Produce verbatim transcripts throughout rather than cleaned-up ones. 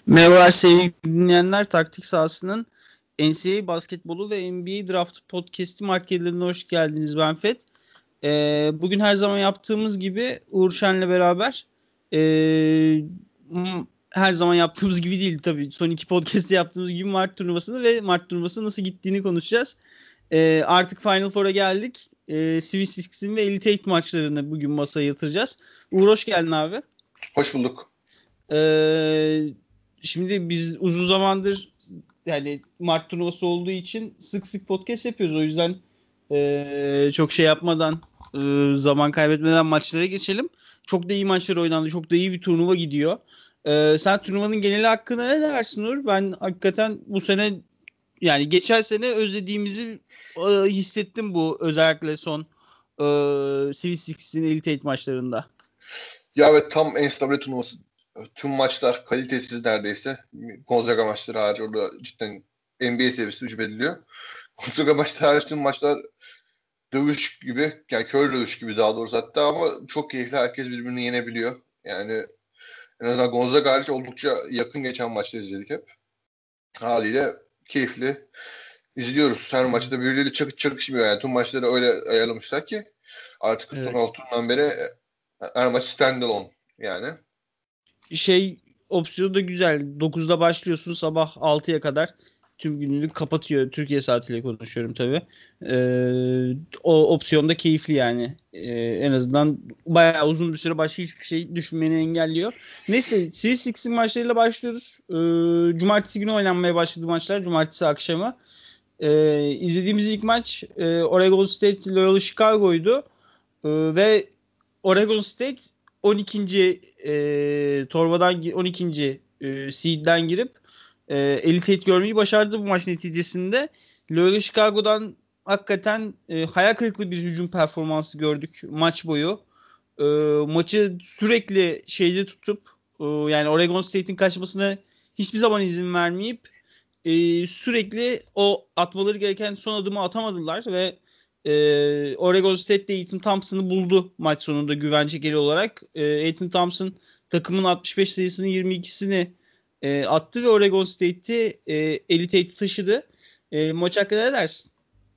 Merhaba sevgili dinleyenler. Taktik sahasının N C A A basketbolu ve N B A draft podcast'i markelerine hoş geldiniz. Ben Fet. Ee, bugün her zaman yaptığımız gibi Uğur Şen'le beraber ee, m- her zaman yaptığımız gibi değil tabii. Son iki podcast'te yaptığımız gibi Mart turnuvasını ve Mart turnuvası nasıl gittiğini konuşacağız. Ee, artık Final Four'a geldik. Ee, Swiss Six'in ve Elite Eight maçlarını bugün masaya yatıracağız. Uğur hoş geldin abi. Hoş bulduk. Ee, Şimdi biz uzun zamandır yani Mart turnuvası olduğu için sık sık podcast yapıyoruz. O yüzden ee, çok şey yapmadan ee, zaman kaybetmeden maçlara geçelim. Çok da iyi maçlar oynandı. Çok da iyi bir turnuva gidiyor. Ee, sen turnuvanın geneli hakkında ne dersin Nur? Ben hakikaten bu sene yani geçen sene özlediğimizi ee, hissettim bu özellikle son ee, Swiss Six'in Elite Eight maçlarında. Ya evet, tam N C A A turnuvası. Tüm maçlar kalitesiz neredeyse. Gonzaga maçları hariç orada cidden N B A seviyesi düşüp ediliyor. Gonzaga maçları hariç tüm maçlar dövüş gibi, yani kör dövüş gibi daha doğrusu hatta, ama çok keyifli. Herkes birbirini yenebiliyor. Yani en azından Gonzaga hariç oldukça yakın geçen maçları izledik hep. Haliyle keyifli izliyoruz. Her maçta birbirleriyle çakış çakışmıyor yani. Tüm maçları öyle ayarlamışlar ki artık son Evet. altı turundan beri her maç standalone yani. Şey opsiyonu da güzel. dokuzda başlıyorsun, sabah altıya kadar tüm gününü kapatıyor. Türkiye saatiyle konuşuyorum tabii. Ee, o opsiyon da keyifli yani. Ee, en azından bayağı uzun bir süre başka hiçbir şey düşünmeni engelliyor. Neyse, Series Six'in maçlarıyla başlıyoruz. Ee, cumartesi günü oynanmaya başladı maçlar. Cumartesi akşamı. Ee, izlediğimiz ilk maç e, Oregon State Loyola Chicago'ydu. Ee, ve Oregon State on ikinci E, torbadan on ikinci E, seed'den girip e, Elite Eight görmeyi başardı bu maç neticesinde. Loyola Chicago'dan hakikaten e, hayal kırıklığı bir hücum performansı gördük maç boyu. E, Maçı sürekli şeyde tutup e, yani Oregon State'in kaçmasına hiçbir zaman izin vermeyip e, sürekli o atmaları gereken son adımı atamadılar ve e, Oregon State de Ethan Thompson'ı buldu maç sonunda güven çekeri olarak. E, Ethan Thompson takımın altmış beş sayısının yirmi ikisini e, attı ve Oregon State'i e, Elite Eight'e taşıdı. E, maç hakkında ne dersin?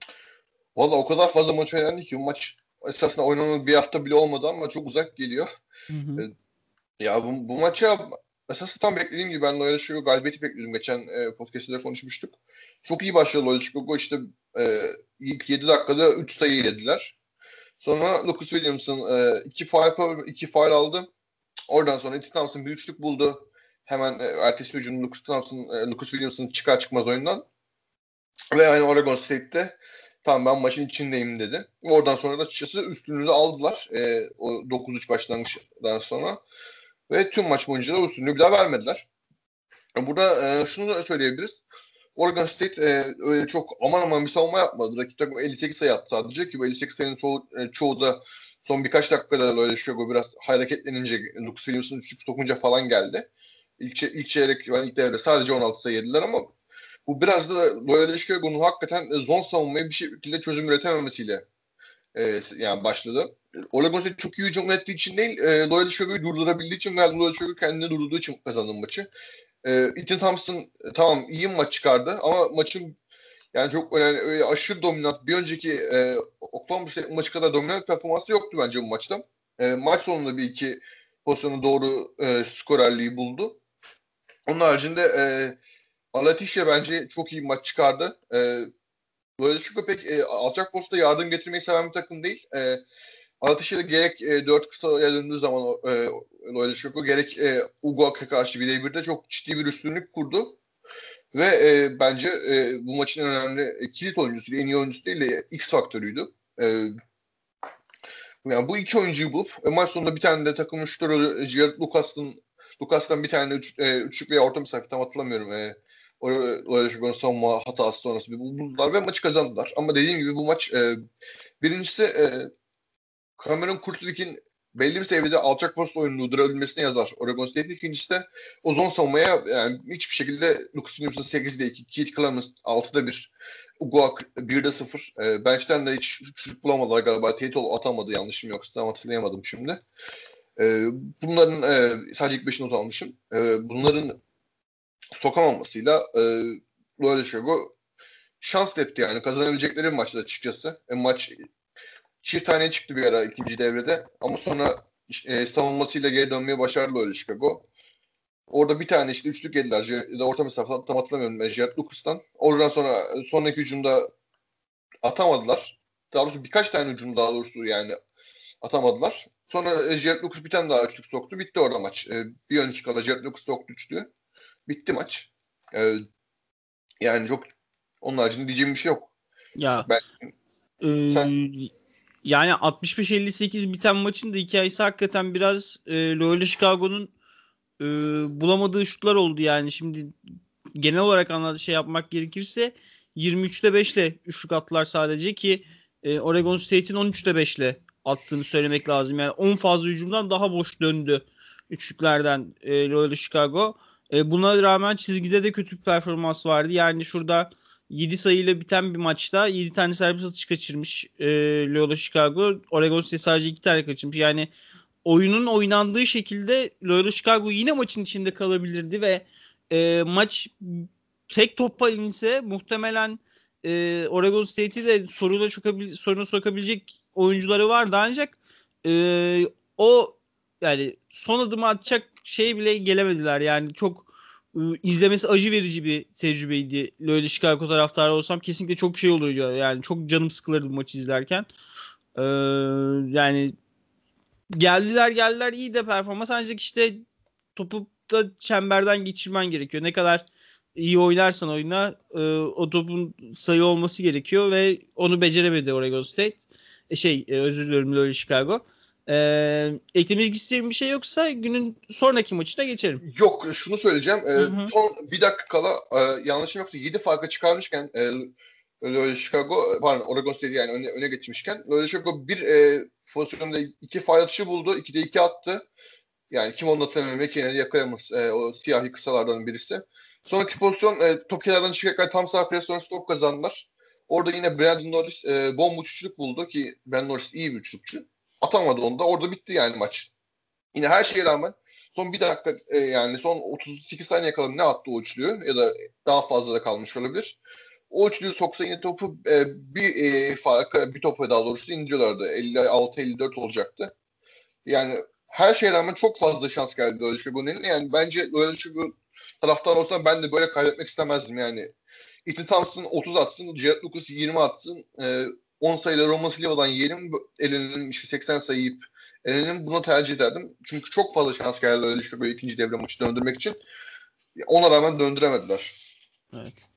Valla o kadar fazla maç oynandı ki bu maç esasında oynanalı bir hafta bile olmadı ama çok uzak geliyor. Hı E, hı. ya bu, bu maça esasında tam beklediğim gibi ben Loyola Chicago galibiyeti bekliyordum. Geçen e, podcast'te konuşmuştuk. Çok iyi başladı Loyola Chicago. İşte e, ilk yedi dakikada üç sayı yediler. Sonra Lucas Williamson e, iki faul iki faul aldı. Oradan sonra Ethan Thompson bir üçlük buldu. Hemen e, ertesi hücum Lucas Thompson, e, Lucas Williamson çıkar çıkmaz oyundan. Ve yani Oregon State'te tamam ben maçın içindeyim dedi. Oradan sonra da açıkçası üstünlüğü aldılar. E, o dokuz üç başlangıçtan sonra. Ve tüm maç boyunca da üstünlüğü bir daha vermediler. Burada e, şunu da söyleyebiliriz. Oregon State e, öyle çok aman aman bir savunma yapmadı. Rakip takım elli sekiz sayı attı sadece ki bu elli sekiz sayının çoğu, e, çoğu da son birkaç dakikada öyle Chicago biraz hareketlenince Lucas Williams'ın üçlük sokunca falan geldi. İlk, ilk çeyrek, yani ilk devre sadece on altı sayı yediler ama bu biraz da Loyola Chicago'nun hakikaten zon savunmayı bir şekilde çözüm üretememesiyle e, yani başladı. Oregon State çok iyi hücum ettiği için değil, e, Loyola Chicago'yu durdurabildiği için veya Loyola Chicago kendini durdurduğu için kazandı maçı. E, Ethan Thompson e, tamam iyi maç çıkardı ama maçın yani çok önemli, öyle aşırı dominant bir önceki e, Oklahoma State maçı kadar dominant performansı yoktu bence bu maçta. E, maç sonunda bir iki pozisyonu doğru e, skorerliği buldu. Onun haricinde e, Alatişe bence çok iyi bir maç çıkardı. E, Loyola Chicago pek e, alçak postta yardım getirmeyi seven bir takım değil. E, Alatişe de gerek e, dört kısaya döndüğü zaman e, Loyola Chicago gerek e, Ugoak'a karşı bir birde çok ciddi bir üstünlük kurdu. Ve e, bence e, bu maçın en önemli e, kilit oyuncusu, en iyi oyuncusu değil de X faktörüydü. E, yani bu iki oyuncuyu bulup e, maç sonunda bir tane de takımın şutörü Jared Lucas'ın Lucas'tan bir tane üç, e, üçlük veya orta mesafe tam hatırlamıyorum. E, Loyola Chicago'nun savunma hatası sonrası bir buldular ve maçı kazandılar. Ama dediğim gibi bu maç e, birincisi e, Cameron Kurtlik'in belli bir seviyede alçak post oyununu durabilmesine yazar Oregon State. İkincisi de o zon savunmaya yani hiçbir şekilde Lucas Williamson sekizde iki, Keith Clemens altıda bir, Uguak birde sıfır. E, bench'ten de hiç çocuk bulamadılar galiba. Tatum atamadı yanlışım yoksa tam hatırlayamadım şimdi. E, bunların e, sadece ilk beşini not almışım. E, bunların sokamamasıyla e, Loyola Chicago şans tepti yani. Kazanabilecekleri bir maçtı açıkçası. E, maç çift taneye çıktı bir ara ikinci devrede. Ama sonra e, savunmasıyla geri dönmeyi başardı Loyola Chicago. Orada bir tane işte üçlük yediler. Ya da orta mesafeden tam hatırlamıyorum. Jared Lucas'tan. Oradan sonra sonraki hücumda atamadılar. Daha doğrusu birkaç tane hücum daha doğrusu yani atamadılar. Sonra Jared Lucas bir tane daha üçlük soktu. Bitti orada maç. E, bir önceki kala Jared Lucas soktu üçlüğü. Bitti maç. E, yani çok onun haricinde diyeceğim bir şey yok. Ya Ben e, sen yani altmış beş elli sekiz biten maçın da hikayesi hakikaten biraz e, Loyola Chicago'nun e, bulamadığı şutlar oldu yani. Şimdi genel olarak anla şey yapmak gerekirse yirmi üçte beşle üçlük attılar sadece ki e, Oregon State'in on üçte beşle attığını söylemek lazım. Yani on fazla hücumdan daha boş döndü üçlüklerden e, Loyola Chicago. E, buna rağmen çizgide de kötü bir performans vardı. Yani şurada yedi sayıyla biten bir maçta yedi tane serbest atış kaçırmış e, Loyola Chicago. Oregon State sadece iki tane kaçırmış. Yani oyunun oynandığı şekilde Loyola Chicago yine maçın içinde kalabilirdi ve e, maç tek topa inse muhtemelen e, Oregon State'i de soruna, sokabil- soruna sokabilecek oyuncuları vardı ancak e, o yani son adımı atacak şey bile gelemediler. Yani çok e, izlemesi acı verici bir tecrübeydi. Loyola Chicago taraftarı olsam kesinlikle çok şey oluyor. Yani çok canım sıkılırdı bu maçı izlerken. E, yani geldiler geldiler iyi de performans ancak işte topu da çemberden geçirmen gerekiyor. Ne kadar iyi oynarsan oyna e, o topun sayı olması gerekiyor ve onu beceremedi Oregon State. E, şey e, özür diliyorum Loyola Chicago. E, eklemek istediğim bir şey yoksa günün sonraki maçına geçelim. yok şunu söyleyeceğim. Hı E, hı. son bir dakika kala e, yanlışım yoksa yedi farka çıkarmışken e, Loyola Chicago pardon Oregon State yani öne, öne geçmişken Loyola Chicago bir e, pozisyonda iki faul atışı buldu. ikide iki attı. Yani kim onu hatırlamıyor. McKinney, Yakayamas e, o siyahi kısalardan birisi. Sonraki pozisyon e, top kenardan çıkarken tam sağ pres sonrası top kazandılar. Orada yine Brandon Norris e, bomba üçlük buldu ki Brandon Norris iyi bir üçlükçü. Atamadı onu da. Orada bitti yani maç. Yine her şeye rağmen son bir dakika e, yani son otuz sekiz saniye kala ne attı o üçlüyü ya da daha fazla da kalmış olabilir. O üçlüyü soksa yine topu e, bir e, farka bir topa daha doğrusu indiriyorlardı. elli altı elli dört olacaktı. Yani her şeye rağmen çok fazla şans geldi Loyola Chicago'nun. Yani bence Loyola Chicago taraftar olsam ben de böyle kaybetmek istemezdim yani. Ethan Thompson otuz atsın, Jared Lucas yirmi atsın, e, on sayıda Roma Silva'dan yerim, elenin işte seksen sayı yiyip elenin bunu tercih ederdim. Çünkü çok fazla şans geldi Loyola Chicago'ya ikinci devre maçı döndürmek için. Ona rağmen döndüremediler. Evet.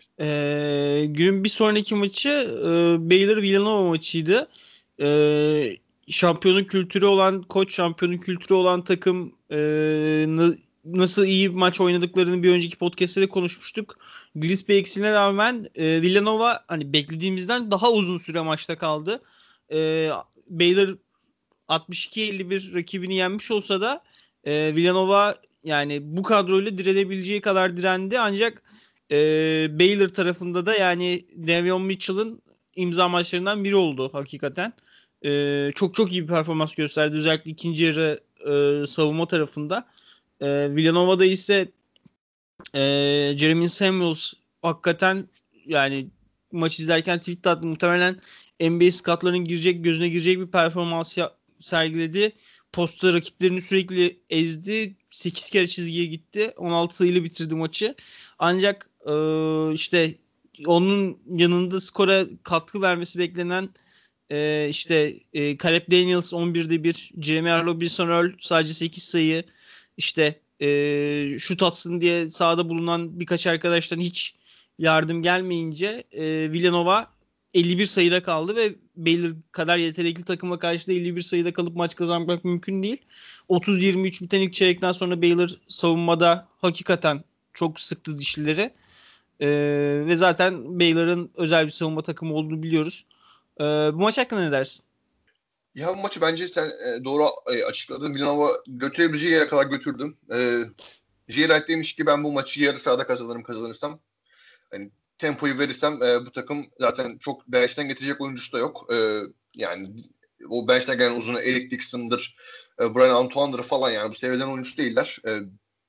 E, günün bir sonraki maçı e, Baylor Villanova maçıydı. E, şampiyonun kültürü olan koç, şampiyonun kültürü olan takım e, n- nasıl iyi bir maç oynadıklarını bir önceki podcast'te de konuşmuştuk. Gillespie eksiğine rağmen e, Villanova hani beklediğimizden daha uzun süre maçta kaldı. E, Baylor altmış iki elli bir rakibini yenmiş olsa da e, Villanova yani bu kadroyla direnebileceği kadar direndi ancak e, Baylor tarafında da yani Davion Mitchell'ın imza maçlarından biri oldu hakikaten. E, çok çok iyi bir performans gösterdi özellikle ikinci yarı e, savunma tarafında. E, Villanova'da ise e, Jeremy Samuels hakikaten yani maç izlerken tweet attı. Muhtemelen N B A scoutların girecek gözüne girecek bir performans ya- sergiledi. Posta rakiplerini sürekli ezdi. sekiz kere çizgiye gitti. on altı sayıyla bitirdi maçı. Ancak e, işte onun yanında skora katkı vermesi beklenen e, işte e, Caleb Daniels on birde bir, Jeremy Robinson Earl sadece sekiz sayı, işte e, şut atsın diye sahada bulunan birkaç arkadaştan hiç yardım gelmeyince e, Villanova elli bir sayıda kaldı ve Baylor kadar yetenekli takıma karşı da elli bir sayıda kalıp maç kazanmak mümkün değil. otuz yirmi üç biten ilk çeyrekten sonra Baylor savunmada hakikaten çok sıktı dişlileri. E, ve zaten Baylor'ın özel bir savunma takımı olduğunu biliyoruz. E, bu maç hakkında ne dersin? Ya bu maçı bence sen e, doğru e, açıkladın. Villanova götürebileceği yere kadar götürdüm. E, J-Wright demiş ki ben bu maçı yarı sahada kazanırım kazanırsam. Hani tempoyu verirsem e, bu takım zaten çok bench'ten getirecek oyuncusu da yok. E, yani o bench'ten gelen uzun Eric Dixon'dır, e, Brian Antoine'dır falan yani bu seviyeden oyuncusu değiller. E,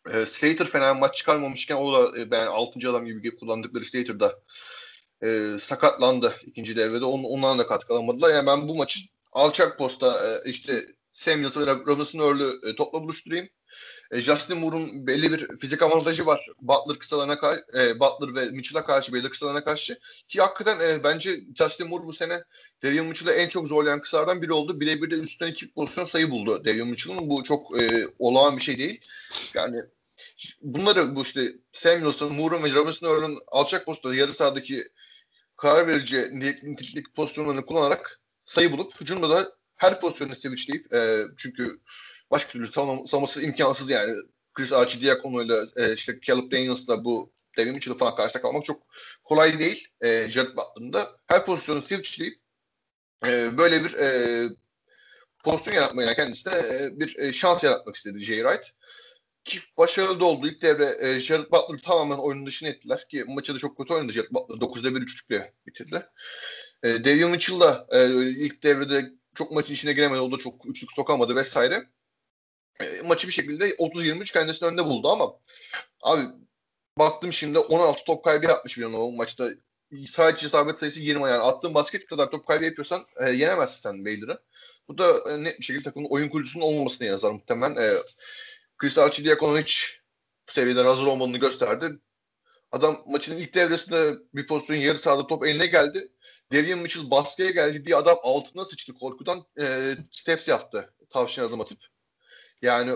E, Slater fena maç çıkarmamışken o da e, ben altıncı adam gibi kullandıkları Slater'da e, sakatlandı ikinci devrede. On, ondan da katkı alamadılar. Yani ben bu maçı alçak posta e, işte Samuels ve Robinson Earl'ü e, topla buluşturayım. E, Justin Moore'un belli bir fizik avantajı var. Butler kısalarına karşı, e, Butler ve Mitchell'a karşı, Baylor kısalarına karşı. Ki hakikaten e, bence Justin Moore bu sene Davion Mitchell'ı en çok zorlayan kısalardan biri oldu. Birebir de üstten iki pozisyon sayı buldu Davion Mitchell'ın. Bu çok e, olağan bir şey değil. Yani bunları bu işte Samuels'ın, Moore'un ve Robinson Earl'ün alçak postada yarı sahadaki karar verici nitelikli pozisyonlarını kullanarak sayı bulup hücumda da her pozisyonu switchleyip e, çünkü başka türlü savunması imkansız yani. Chris Arcidiacono'yla e, işte Caleb Daniels'la bu Devin Mitchell'ı falan karşıda kalmak çok kolay değil. E, Jared Butler'ın da her pozisyonu switchleyip e, böyle bir e, pozisyon yaratmaya kendisine e, bir e, şans yaratmak istedi Jay Wright. Ki başarılı da oldu. İlk devre e, Jared Butler'ı tamamen oyunun dışına ettiler. Ki maçı da çok kötü oynadı Jared Butler. dokuzda bir üçlükle bitirdiler. E, Davion Mitchell da e, ilk devrede çok maçın içine giremedi. O da çok üçlük sokamadı vesaire. E, maçı bir şekilde otuz yirmi üç kendisinin önünde buldu ama abi baktım şimdi on altı top kaybı yapmış bir o maçta. Sadece isabet sayısı yirmi yani. Attığın basket kadar top kaybı yapıyorsan e, yenemezsin sen Baylor'ı. Bu da e, net bir şekilde takımın oyun kurucusunun olmamasına yazar muhtemelen. E, Chris Arcidiacono hiç bu seviyelere hazır olmadığını gösterdi. Adam maçın ilk devresinde bir pozisyon yarı sahada top eline geldi. Davion Mitchell baskıya geldi. Bir adam altına sıçtı korkudan. E, steps yaptı. Tavşan adım atıp. Yani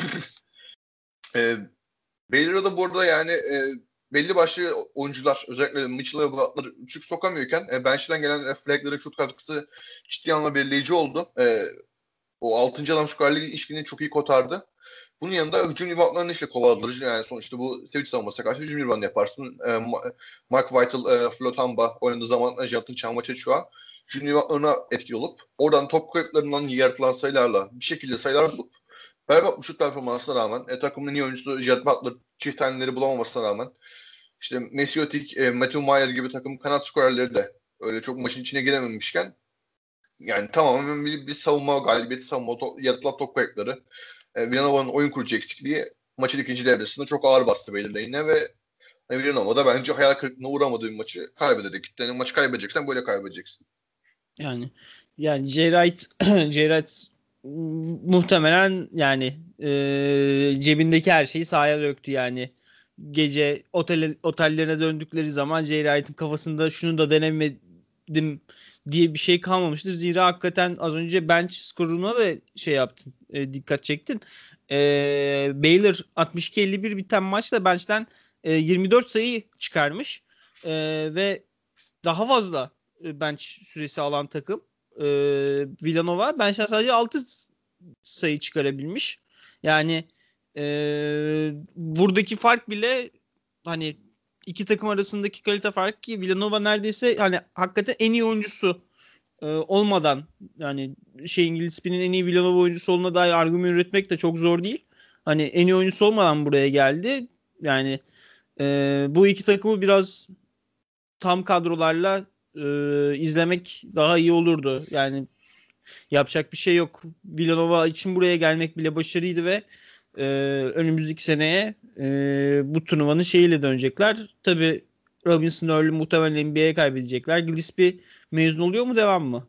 e, Baylor'da bu arada yani e, belli başlı oyuncular özellikle Mitchell'ı Butler üçlük sokamıyorken e, bench'ten gelen flaglerin şut katkısı ciddi anlamda belirleyici oldu. E, o altıncı adam skorerliği ilişkini çok iyi kotardı. Bunun yanında hücum reboundlarını işte kovaladılar. Yani sonuçta bu switch savunmasına karşı hücum rebound yaparsın. E, Mark Vital, e, Flotamba oynadığı zaman Jonathan Çambaçaçua hücum reboundlarına etkili olup oradan top kayıplarından yaratılan sayılarla bir şekilde sayılar bulup berbat bir şut performansına rağmen e, takımın en iyi oyuncusu Jared Butler çift taneleri bulamamasına rağmen işte Mesiotic, e, Matthew Mayer gibi takım kanat skorerleri de öyle çok maçın içine girememişken yani tamamen bir, bir savunma galibiyeti, savunma, to, yaratılan top kayıpları. E, Villanova'nın oyun kurucu eksikliği maçın ikinci devresinde çok ağır bastı belirleyine ve e, Villanova da bence hayal kırıklığına uğramadığı bir maçı kaybederek. Yani maçı kaybedeceksen böyle kaybedeceksin. Yani yani Jay Wright, Jay Wright muhtemelen yani e, cebindeki her şeyi sahaya döktü yani. Gece otel, otellerine döndükleri zaman Jay Wright'ın kafasında şunu da denemedim diye bir şey kalmamıştır. Zira hakikaten az önce bench skoruna da şey yaptın, e, dikkat çektin. E, Baylor altmış iki elli bir biten maçta bench'ten e, yirmi dört sayı çıkarmış e, ve daha fazla bench süresi alan takım e, Villanova bench'ten sadece altı sayı çıkarabilmiş. Yani e, buradaki fark bile hani iki takım arasındaki kalite farkı ki Villanova neredeyse hani hakikaten en iyi oyuncusu e, olmadan yani şey İngilizce'nin en iyi Villanova oyuncusu olduğuna dair argüman üretmek de çok zor değil. Hani en iyi oyuncusu olmadan buraya geldi. Yani e, bu iki takımı biraz tam kadrolarla e, izlemek daha iyi olurdu. Yani yapacak bir şey yok. Villanova için buraya gelmek bile başarıydı ve e, önümüzdeki seneye e, bu turnuvanın şeyiyle dönecekler. Tabii Robinson Earl'ü muhtemelen N B A'ye kaybedecekler. Gillespie mezun oluyor mu, devam mı?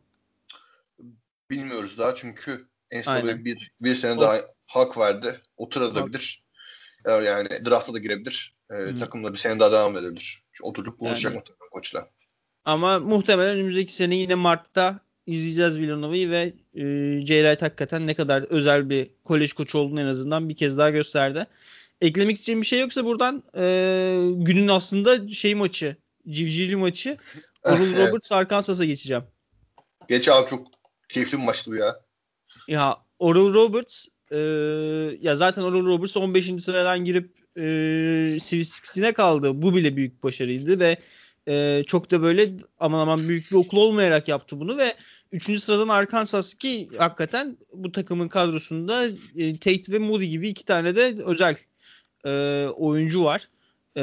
Bilmiyoruz daha çünkü Aynen. Enstoba'ya bir, bir sene O, daha hak verdi. o, Oturabilir. Yani draft'a da girebilir. E, hı, takımla bir sene daha devam edebilir. Oturup konuşacak yani muhtemelen koçla. ama muhtemelen önümüzdeki sene yine Mart'ta izleyeceğiz Villanova'yı ve e, Jay Wright hakikaten ne kadar özel bir kolej koçu olduğunu en azından bir kez daha gösterdi. Eklemek için bir şey yoksa buradan e, günün aslında şey maçı, civcivli maçı Oral Evet. Roberts Arkansas'a geçeceğim. Geç abi çok keyifli bir maçtı bu ya. Ya Oral Roberts e, ya zaten Oral Roberts on beşinci sıradan girip e, Sweet altmışa kaldı. Bu bile büyük başarıydı ve e, çok da böyle aman aman büyük bir okul olmayarak yaptı bunu ve üçüncü sıradan Arkansas ki hakikaten bu takımın kadrosunda e, Tate ve Moody gibi iki tane de özel e, oyuncu var. E,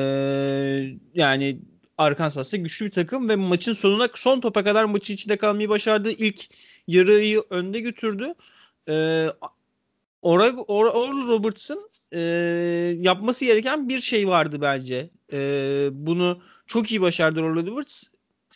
yani Arkansas'ta güçlü bir takım ve maçın sonuna son topa kadar maçın içinde kalmayı başardı. İlk yarıyı önde götürdü. E, Oral Robertson e, yapması gereken bir şey vardı bence. E, bunu çok iyi başardı Oral Roberts.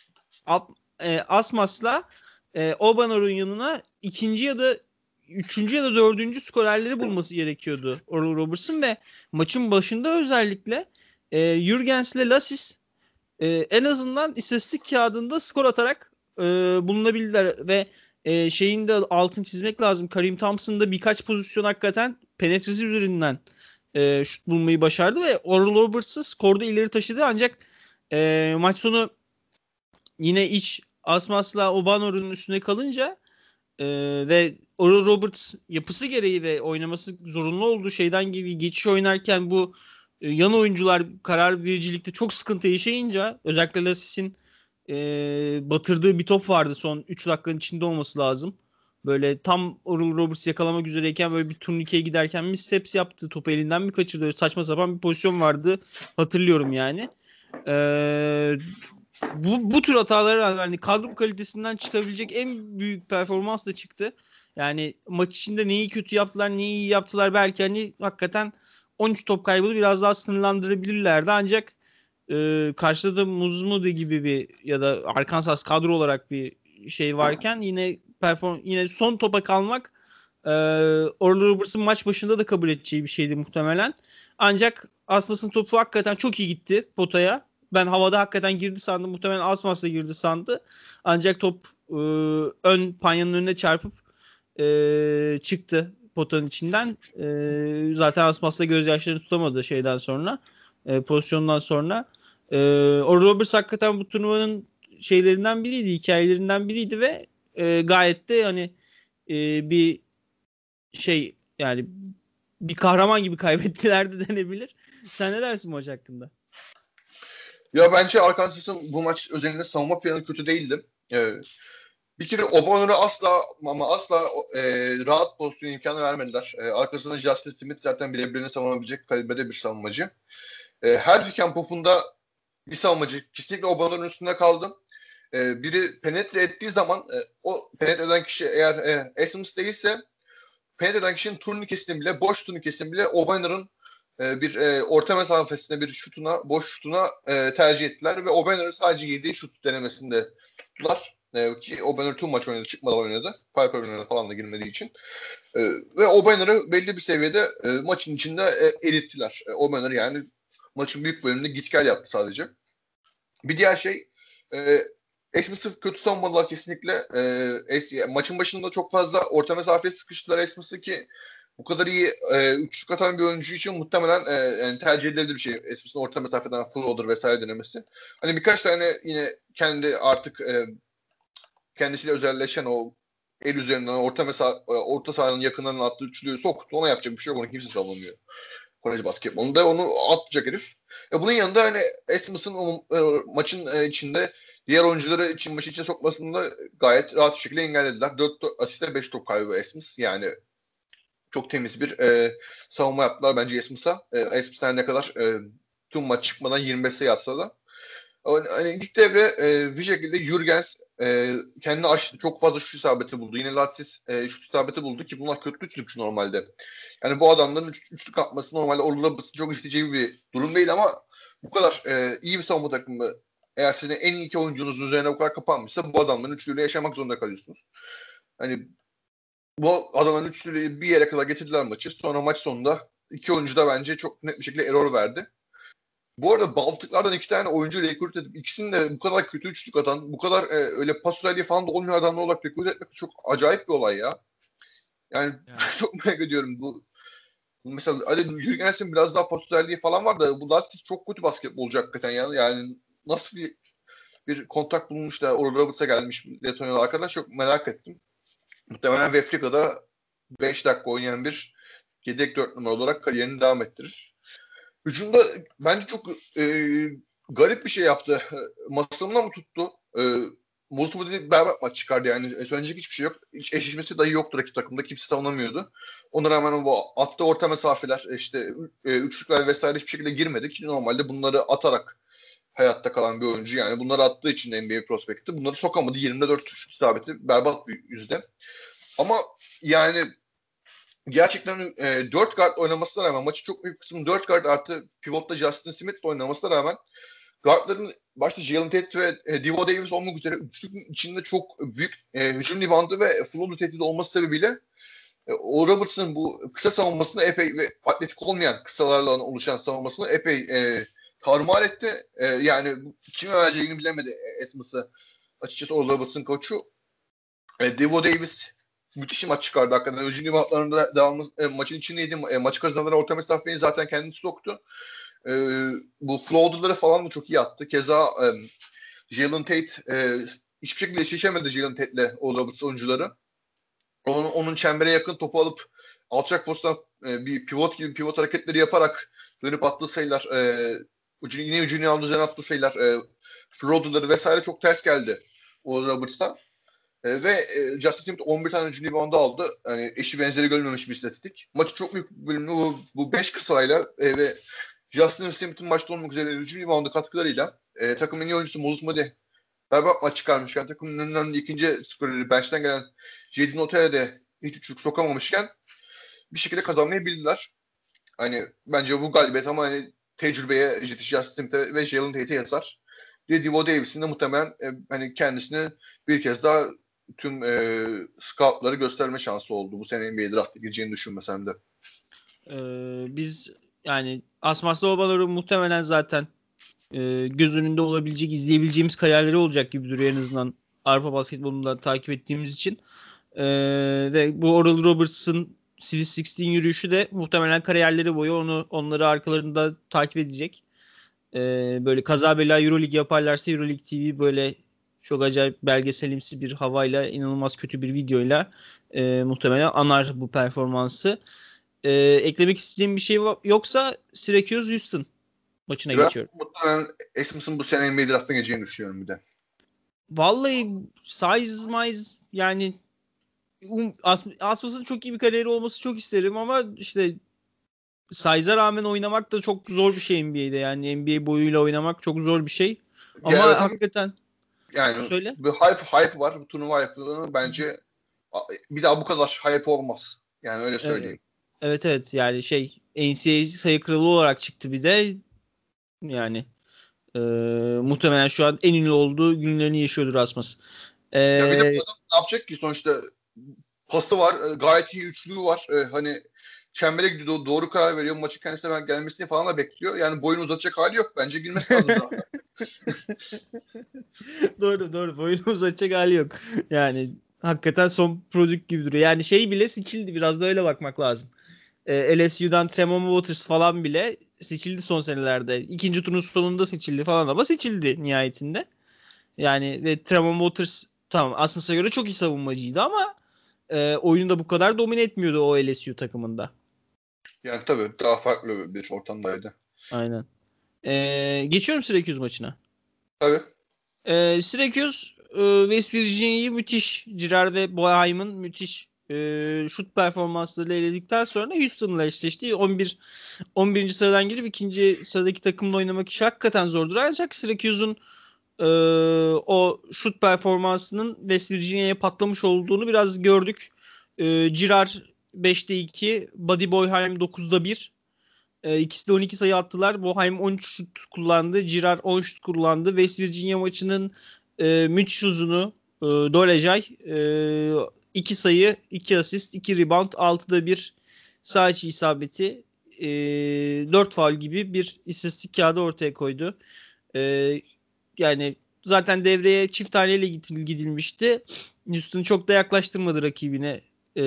E, Asmas'la e, Obanor'un yanına ikinci ya da üçüncü ya da dördüncü skorerleri bulması gerekiyordu Oral Roberts'ın ve maçın başında özellikle e, Jürgens'le Lassis e, en azından istatistik kağıdında skor atarak e, bulunabildiler ve e, şeyin de altını çizmek lazım. Kareem Thompson'da birkaç pozisyon hakikaten penetresi üzerinden e, şut bulmayı başardı ve Oral Roberts'ı skorda ileri taşıdı ancak e, maç sonu yine iç Asmas'la Obanor'un üstüne kalınca e, ve Oral Roberts yapısı gereği ve oynaması zorunlu olduğu şeyden gibi geçiş oynarken bu e, yan oyuncular karar vericilikte çok sıkıntı yaşayınca özellikle Lassis'in e, batırdığı bir top vardı son üç dakikanın içinde olması lazım. Böyle tam Oral Roberts yakalamak üzereyken böyle bir turnikeye giderken mi steps yaptı. Topu elinden mi kaçırdı? Öyle saçma sapan bir pozisyon vardı. Hatırlıyorum yani. Eee bu, bu tür hatalara rağmen hani kadro kalitesinden çıkabilecek en büyük performans da çıktı. Yani maç içinde neyi kötü yaptılar, neyi iyi yaptılar belki hani hakikaten on üç top kaybını biraz daha sınırlandırabilirlerdi. Ancak e, karşıda da Muzmude gibi bir ya da Arkansas kadro olarak bir şey varken yine perform yine son topa kalmak e, Oral Roberts'ın maç başında da kabul edeceği bir şeydi muhtemelen. Ancak Asmas'ın topu hakikaten çok iyi gitti potaya. Ben havada hakikaten girdi sandım. Muhtemelen Asmas da girdi sandı. Ancak top e, ön panyanın önüne çarpıp e, çıktı potanın içinden. E, zaten Asmas da gözyaşlarını tutamadı şeyden sonra. E, pozisyondan sonra. E, o Roberts hakikaten bu turnuvanın şeylerinden biriydi. Hikayelerinden biriydi ve e, gayet de hani e, bir şey yani bir kahraman gibi kaybettiler de denebilir. Sen ne dersin maç hakkında? Ya bence Arkansas'ın bu maç özelinde savunma planı kötü değildi. Ee, bir kere Obanor'a asla ama asla e, rahat pozisyon imkanı vermediler. E, arkasında Justin Smith zaten birebirine savunabilecek kalibrede bir savunmacı. E, her pick popunda bir savunmacı kesinlikle Obanor'un üstünde kaldı. E, biri penetre ettiği zaman e, o penetre eden kişi eğer e, Esmus değilse penetre eden kişinin turnikesini bile, boş turnikesini bile Obanor'un e, bir e, orta mesafesinde bir şutuna, boş şutuna e, tercih ettiler ve Obanor'u sadece yediği şut denemesinde tuttular. E, ki Obanor tüm maç oynadı, çıkmadan oynadı. Piper oynadı falan da girmediği için. E, ve Obanor'u belli bir seviyede e, maçın içinde e, erittiler. E, Obanor yani maçın büyük bölümünde git gel yaptı sadece. Bir diğer şey e, Esmus'u kötü savunmadılar kesinlikle. E, es, maçın başında çok fazla orta mesafeye sıkıştılar Esmus'u ki bu kadar iyi e, üçlük atan bir oyuncu için muhtemelen e, yani tercih edilebilir bir şey. Esmus'un orta mesafeden full order vesaire denemesi. Hani birkaç tane yine kendi artık e, kendisiyle özelleşen o el üzerinden orta mesafe orta sahanın yakınlarına attığı üçlüyü soktu. Ona yapacak bir şey yok. Onu kimse savunmuyor. Kolej basketbolunda onu atacak herif. E bunun yanında hani Esmus'un o, e, maçın e, içinde diğer oyuncuları için maçı içine sokmasını da gayet rahat bir şekilde engellediler. dört asiste beş top kaybı Esmus. Yani çok temiz bir e, savunma yaptılar bence Esmus'a. E, Esmus her ne kadar e, tüm maç çıkmadan yirmi beş sayı atsa da. Hani ilk devre e, bir şekilde Jürgens e, kendini açtı. Çok fazla şut isabeti buldu. Yine Latsis e, şut isabeti buldu ki bunlar kötü üçlükçü normalde. Yani bu adamların üç, üçlük atması normalde olursa çok isteyeceği bir durum değil ama bu kadar e, iyi bir savunma takımı eğer sizin en iyi iki oyuncunuzun üzerine bu kadar kapanmışsa bu adamların üçlüğüyle yaşamak zorunda kalıyorsunuz. Hani bu adamların üçlüğüyle bir yere kadar getirdiler maçı. Sonra maç sonunda iki oyuncu da bence çok net bir şekilde error verdi. Bu arada Baltıklardan iki tane oyuncu rekrut edip ikisini de bu kadar kötü üçlük atan, bu kadar e, öyle pas özelliği falan da olmayan adamlar olarak rekrut etmek çok acayip bir olay ya. Yani, yani. Çok merak ediyorum bu. Mesela hadi Jürgens'in biraz daha pas özelliği falan var da bu Lattis çok kötü basketbolcu hakikaten ya. Yani nasıl bir, bir kontak bulmuş da Oral Roberts'a gelmiş Letonya'da arkadaş çok merak ettim. Muhtemelen Vefrika'da beş dakika oynayan bir yedek dört numara olarak kariyerini devam ettirir. Hücumda bence çok e, garip bir şey yaptı. Masamına mı tuttu? E, Bozum'da berbat maç çıkardı yani. E, söyleyecek hiçbir şey yok. Hiç eşleşmesi dahi yoktu rakip takımda. Kimse savunamıyordu. Ona rağmen bu attığı orta mesafeler, işte e, üçlükler vesaire hiçbir şekilde girmedi ki normalde bunları atarak hayatta kalan bir oyuncu. Yani bunları attığı için N B A prospekti. Bunları sokamadı. yirmide dört şut isabeti berbat bir yüzde. Ama yani gerçekten e, dört guard oynamasına rağmen, maçı çok büyük kısmı dört guard artı pivotta Justin Smith'le oynamasına rağmen guardların başta Jalen Tate ve e, Divo Davis olmak üzere üçlükün içinde çok büyük e, hücum ribandı ve flow tehdidi olması sebebiyle e, o Roberts'ın bu kısa savunmasını epey ve atletik olmayan kısalarla oluşan savunmasını epey e, tarumar etti. E, yani kime vereceğini bilemedi Esmus'ı. Açıkçası o Roberts'ın koçu. E, Divo Davis müthiş maç çıkardı hakikaten. Hücum ribantlarında devamlı e, maçın içindeydi. E, maçı kazananlara orta mesafeyi zaten kendisi soktu. E, bu floater'ları falan da çok iyi attı. Keza e, Jalen Tate e, hiçbir şekilde eşleşemedi Jalen Tate'le o Roberts oyuncuları. Onun, onun çembere yakın topu alıp alçak posttan e, bir pivot gibi pivot hareketleri yaparak dönüp attığı sayılar, e, ucu, yine ucunu aldığı üzerine attığı sayılar, e, floater'ları vesaire çok ters geldi o Roberts'a. E, ve e, Justin Smith on bir tane hücum reboundu aldı. Yani eşi benzeri görülmemiş bir istatistik. Maçı çok büyük bir bölümünü bu, bu beş kısayla e, ve Justin Smith'in başta olmak üzere hücum reboundu katkılarıyla e, takımın en iyi oyuncusu Moses Moody berbat maç çıkarmışken, takımın en önemli ikinci skoreri bench'ten gelen Jaden Ota'ya de hiç üçlük sokamamışken bir şekilde kazanmayı bildiler. Hani bence bu galibiyet ama hani tecrübeye Justin Smith'e ve Jalen Tate'e yazar. Ve Divo Davis'in de muhtemelen e, hani kendisini bir kez daha tüm e, scoutları gösterme şansı oldu. Bu sene N B A draft'a gireceğini düşünmesem de. Ee, biz yani Asmaslı Obaları muhtemelen zaten e, göz önünde olabilecek, izleyebileceğimiz kariyerleri olacak gibi duruyor en azından Avrupa basketbolunu da takip ettiğimiz için. Ee, ve bu Oral Roberts'ın Swiss on altı yürüyüşü de muhtemelen kariyerleri boyu onu onları arkalarında takip edecek. Ee, böyle kaza bela Euroleague yaparlarsa Euroleague T V böyle çok acayip belgeselimsi bir havayla, inanılmaz kötü bir videoyla e, muhtemelen anar bu performansı. Ee, eklemek istediğim bir şey yoksa Syracuse Houston maçına Ben geçiyorum. muhtemelen Esmus'un bu sene N B A draft'a gireceğini düşünüyorum bir de. Vallahi size mize yani um, As- Asmus'un çok iyi bir kariyeri olması çok isterim ama işte size'a rağmen oynamak da çok zor bir şey N B A'de. Yani N B A boyuyla oynamak çok zor bir şey. Ya Ama evet ama hakikaten yani söyle. bir hype hype var. Bu turnuva hype'ını bence bir daha bu kadar hype olmaz. Yani öyle Evet, söyleyeyim. evet evet yani şey N C A A sayı kralı olarak çıktı bir de yani e, muhtemelen şu an en ünlü olduğu günlerini yaşıyordur Asmus. Ya bir de bu E, adam ne yapacak ki sonuçta pası var. e, Gayet iyi üçlüğü var. E, hani çembere gidiyor. Doğru karar veriyor. Maçı kendisine gelmesini falan da bekliyor. Yani boyunu uzatacak hali yok. Bence girmesi lazım zaten. doğru doğru boyunu uzatacak hali yok. Yani hakikaten son product gibi duruyor. Yani şey bile seçildi, biraz da öyle bakmak lazım. Ee, L S U'dan Tremont Waters falan bile seçildi son senelerde. İkinci turun sonunda seçildi falan ama seçildi nihayetinde. Yani ve Tremont Waters tamam Asmus'a göre çok iyi savunmacıydı ama e, oyunu da bu kadar domine etmiyordu o L S U takımında. Yani tabii daha farklı bir ortamdaydı. Aynen. Ee, geçiyorum Syracuse maçına. Tabii. Ee, Syracuse e, West Virginia'yı müthiş, Girard ve Boeheim'ın müthiş e, şut performanslarıyla eledikten sonra Houston'la eşleşti. on bir on birinci sıradan girip ikinci sıradaki takımla oynamak işi hakikaten zordur. Ancak Syracuse'un e, o şut performansının West Virginia'ya patlamış olduğunu biraz gördük. E, Girard beşte iki, Buddy Boeheim dokuzda bir. E, ikisi de on iki sayı attılar. Boeheim on üç şut kullandı. Girard on şut kullandı. West Virginia maçının e, müthiş uzunu e, Dolejaj e, iki sayı, iki asist, iki rebound, altıda bir sağ içi isabeti, e, dört faul gibi bir istatistik kağıdı ortaya koydu. E, yani zaten devreye çift taneyle gidilmişti. Houston çok da yaklaştırmadı rakibine. E,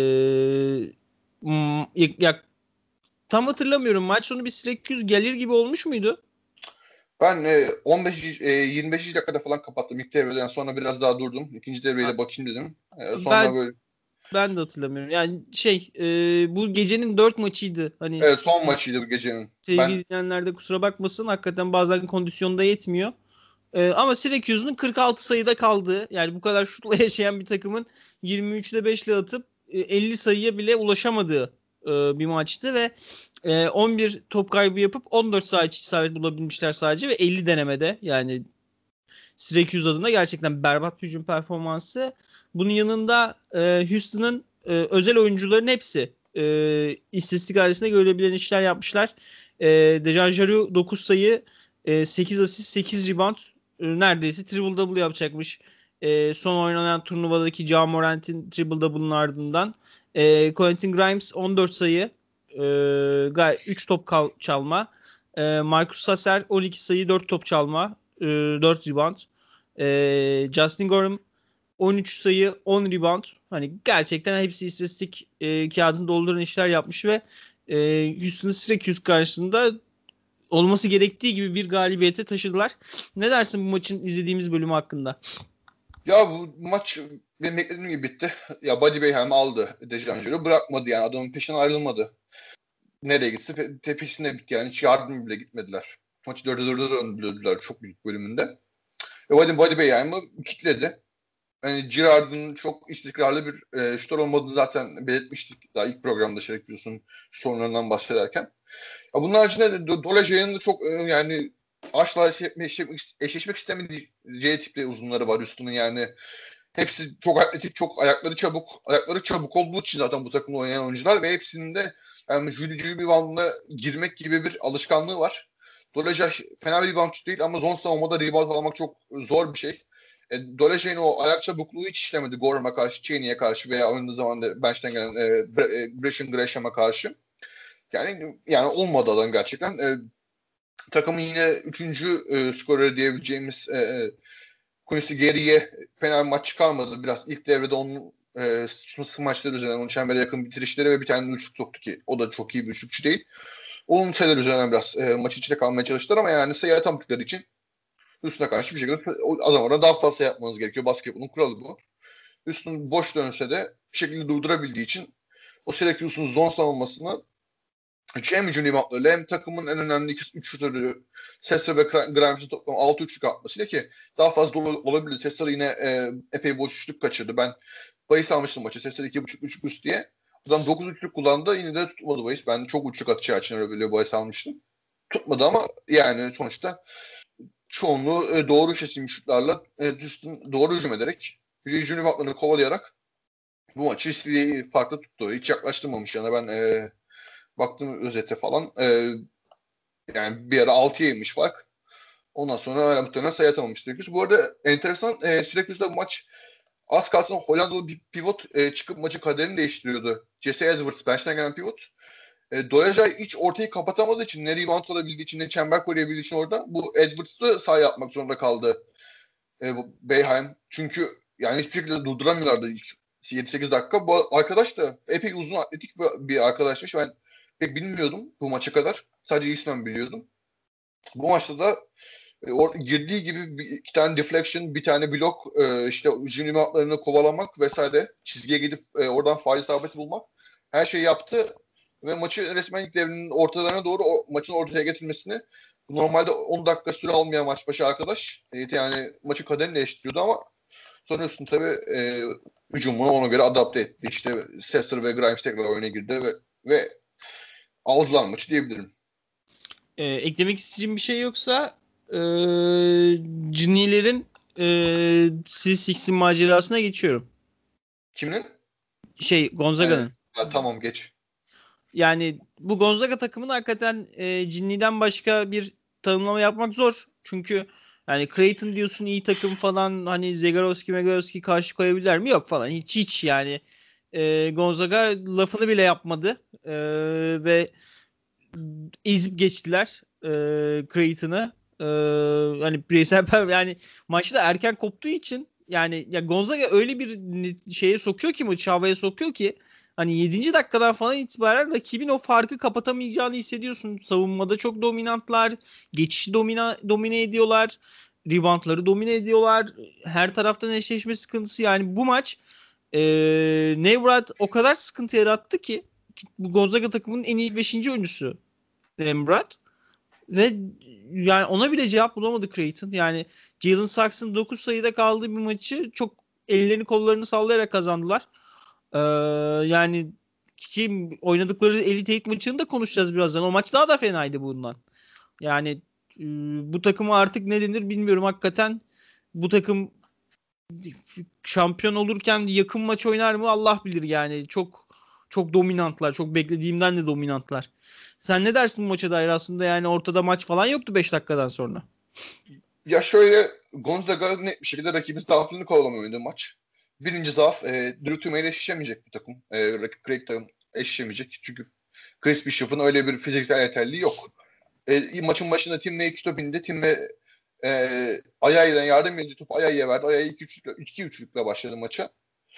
yak, Tam hatırlamıyorum. Maç sonu bir Syracuse gelir gibi olmuş muydu? Ben e, on beş e, yirmi beş dakikada falan kapattım ilk devreden, sonra biraz daha durdum. İkinci devreyi Ha, de bakayım dedim. E, sonra Ben böyle ben de hatırlamıyorum. Yani şey e, bu gecenin dört maçıydı. Hani evet, son maçıydı bu gecenin. Ben sevgili dinleyenler de kusura bakmasın. Hakikaten bazen kondisyonda yetmiyor. E, ama Syracuse'un kırk altı sayıda kaldığı, yani bu kadar şutla yaşayan bir takımın yirmi üçte beşle atıp e, elli sayıya bile ulaşamadığı e, bir maçtı ve e, on bir top kaybı yapıp on dört sayı isabet bulabilmişler sadece ve elli denemede. Yani Syracuse adına gerçekten berbat bir hücum performansı. Bunun yanında e, Houston'ın e, özel oyuncuların hepsi e, istatistik ailesinde görülebilen işler yapmışlar. E, Dejan Jarreau dokuz sayı, e, sekiz asist, sekiz rebound, e, neredeyse triple double yapacakmış. E, son oynanan turnuvadaki Ja Morant'in triple double'ın ardından. E, Quentin Grimes on dört sayı, e, üç top kal- çalma. E, Marcus Sasser on iki sayı, dört top çalma, e, dört rebound. E, Justin Gorham on üç sayı, on rebound. Hani gerçekten hepsi istatistik e, kağıdını dolduran işler yapmış ve e, Houston Syracuse karşısında olması gerektiği gibi bir galibiyete taşıdılar. Ne dersin bu maçın izlediğimiz bölümü hakkında? Ya bu maç benim beklediğim gibi bitti. Ya Buddy Bayham aldı Dejanjur'u. Bırakmadı yani. Adamın peşinden ayrılmadı. Nereye gitse pe- peşinde bitti yani. Hiç yardım bile gitmediler. Maçı dörde dörde döndürdüler çok büyük bölümünde. Ve Buddy, Buddy Bayham'ı kitledi. Yani Girard'ın çok istikrarlı bir e, şutör olmadığını zaten belirtmiştik. Daha ilk programda şey yapıyorsun sorunlarından bahsederken. Ya bunun haricinde de Dolajay'ın da çok e, yani asla eşleşmek, eşleşmek istemediği tipli uzunları var Houston'un yani. Hepsi çok atletik, çok ayakları çabuk. Ayakları çabuk olduğu için zaten bu takımda oynayan oyuncular ve hepsinin de yani jüri bir bandına girmek gibi bir alışkanlığı var. Dolayısıyla fena bir reboundçı değil ama zone savunmada rebound almak çok zor bir şey. E, Dolayısıyla o ayak çabukluğu hiç işlemedi Gorham'a karşı, Cheney'e karşı veya oynadığı zaman da bench'ten gelen e, Gresham Gresham'a karşı. Yani yani olmadı adam gerçekten. E, takımın yine üçüncü e, skoreri diyebileceğimiz e, e, Quincy geriye fena bir maç çıkarmadı. Biraz ilk devrede onun e, maçları üzerinden onun çembere yakın bitirişleri ve bir tane üçlük soktu ki o da çok iyi bir üçlükçü değil. Onun sayılar üzerinden biraz e, maç içinde kalmaya çalıştılar ama yani sayı atamadıkları için üstüne karşı bir şekilde adam orada daha fazla yapmanız gerekiyor. Basketbolun kuralı bu. Üstün boş dönse de bir şekilde durdurabildiği için o Syracuse'un zone savunmasını hem hücum reboundlarıyla hem takımın en önemli iki üç şutörü Sessler ve Grimes'in toplam altı üçlük atmasıyla ki daha fazla olabilir. Sessler yine e, epey boş üçlük kaçırdı. Ben bahis almıştım maçı. Sessler iki buçuk üç üst diye. Adam dokuz üçlük kullandı. Yine de tutmadı bahis. Ben çok üçlük atacağı için öyle böyle bahis almıştım. Tutmadı ama yani sonuçta çoğunluğu e, doğru seçilmiş şutlarla e, Houston doğru hücum ederek hücum reboundlarını kovalayarak bu maçı istediği farklı tuttu. Hiç yaklaştırmamış yani ben e, baktım özete falan. E, yani bir ara altıya inmiş fark. Ondan sonra öyle muhtemelen sayı atamamış Syracuse. Bu arada enteresan e, Syracuse'da bu maç az kalsın Hollandalı bir pivot e, çıkıp maçın kaderini değiştiriyordu. Jesse Edwards bench'ten gelen pivot. E, Dolajay hiç ortayı kapatamadığı için ne rebound alabildiği için ne çember koruyabildiği için orada bu Edwards'ı sahaya atmak zorunda kaldı e, bu Boeheim. Çünkü yani hiçbir şekilde durduramıyorlardı ilk yedi sekiz dakika. Bu arkadaş da epey uzun atletik bir arkadaşmış. Ben pek bilmiyordum bu maça kadar. Sadece ismen biliyordum. Bu maçta da e, or, girdiği gibi bir, iki tane deflection, bir tane blok, e, işte junior atlarını kovalamak vesaire, çizgiye gidip e, oradan faal isabeti bulmak. Her şeyi yaptı ve maçı resmen ilk devrinin ortalarına doğru o, maçın ortaya getirmesini normalde on dakika süre almayan maç başı arkadaş e, yani maçın kaderini değiştiriyordu ama sonra üstün tabii e, hücumunu ona göre adapte etti. İşte Sessler ve Grimes tekrar oyuna girdi ve, ve aldılar maçı diyebilirim. Ee, eklemek isteyeceğim bir şey yoksa e, Cinilerin e, Six'in macerasına geçiyorum. Kimin? Şey Gonzaga'nın. Yani, ha, tamam geç. Yani bu Gonzaga takımının hakikaten e, Cinni'den başka bir tanımlama yapmak zor. Çünkü yani Creighton diyorsun iyi takım falan hani Zagorowski Megorowski karşı koyabilirler mi? Yok falan. Hiç hiç yani. E, Gonzaga lafını bile yapmadı. E, ve ezip geçtiler e, Creighton'ı. E, hani bireysel yani maçta erken koptuğu için yani ya Gonzaga öyle bir şeye sokuyor ki maçı havaya sokuyor ki hani yedinci dakikadan falan itibaren rakibin o farkı kapatamayacağını hissediyorsun. Savunmada çok dominantlar. Geçişi domina, domine ediyorlar. Reboundları domine ediyorlar. Her taraftan eşleşme sıkıntısı. Yani bu maç e, Nevrat o kadar sıkıntı yarattı ki bu Gonzaga takımının en iyi beşinci oyuncusu Nemrat. Ve yani ona bile cevap bulamadı Creighton. Yani Jalen Saks'ın dokuz sayıda kaldığı bir maçı çok ellerini kollarını sallayarak kazandılar. Ee, yani kim oynadıkları Elite Eight maçını da konuşacağız birazdan. O maç daha da fenaydı bundan. Yani e, bu takıma artık ne denir bilmiyorum. Hakikaten bu takım şampiyon olurken yakın maç oynar mı Allah bilir yani. Çok çok dominantlar. Çok beklediğimden de dominantlar. Sen ne dersin bu maça dair aslında? Yani ortada maç falan yoktu beş dakikadan sonra. Ya şöyle, Gonzaga net bir şekilde rakibin zaaflarını kovalamaya oynadı maç. Birinci zaaf, e, Drew Timme ile eşleşemeyecek bir takım. E, rakip Craig takım eşleşemeyecek. Çünkü Chris Bishop'un öyle bir fiziksel yeterliği yok. E, maçın başında Timme iki top indi. Timme e, ayağıyla yardım edildi. Topu ayağıya verdi. Ayağı iki üçlükle başladı maça.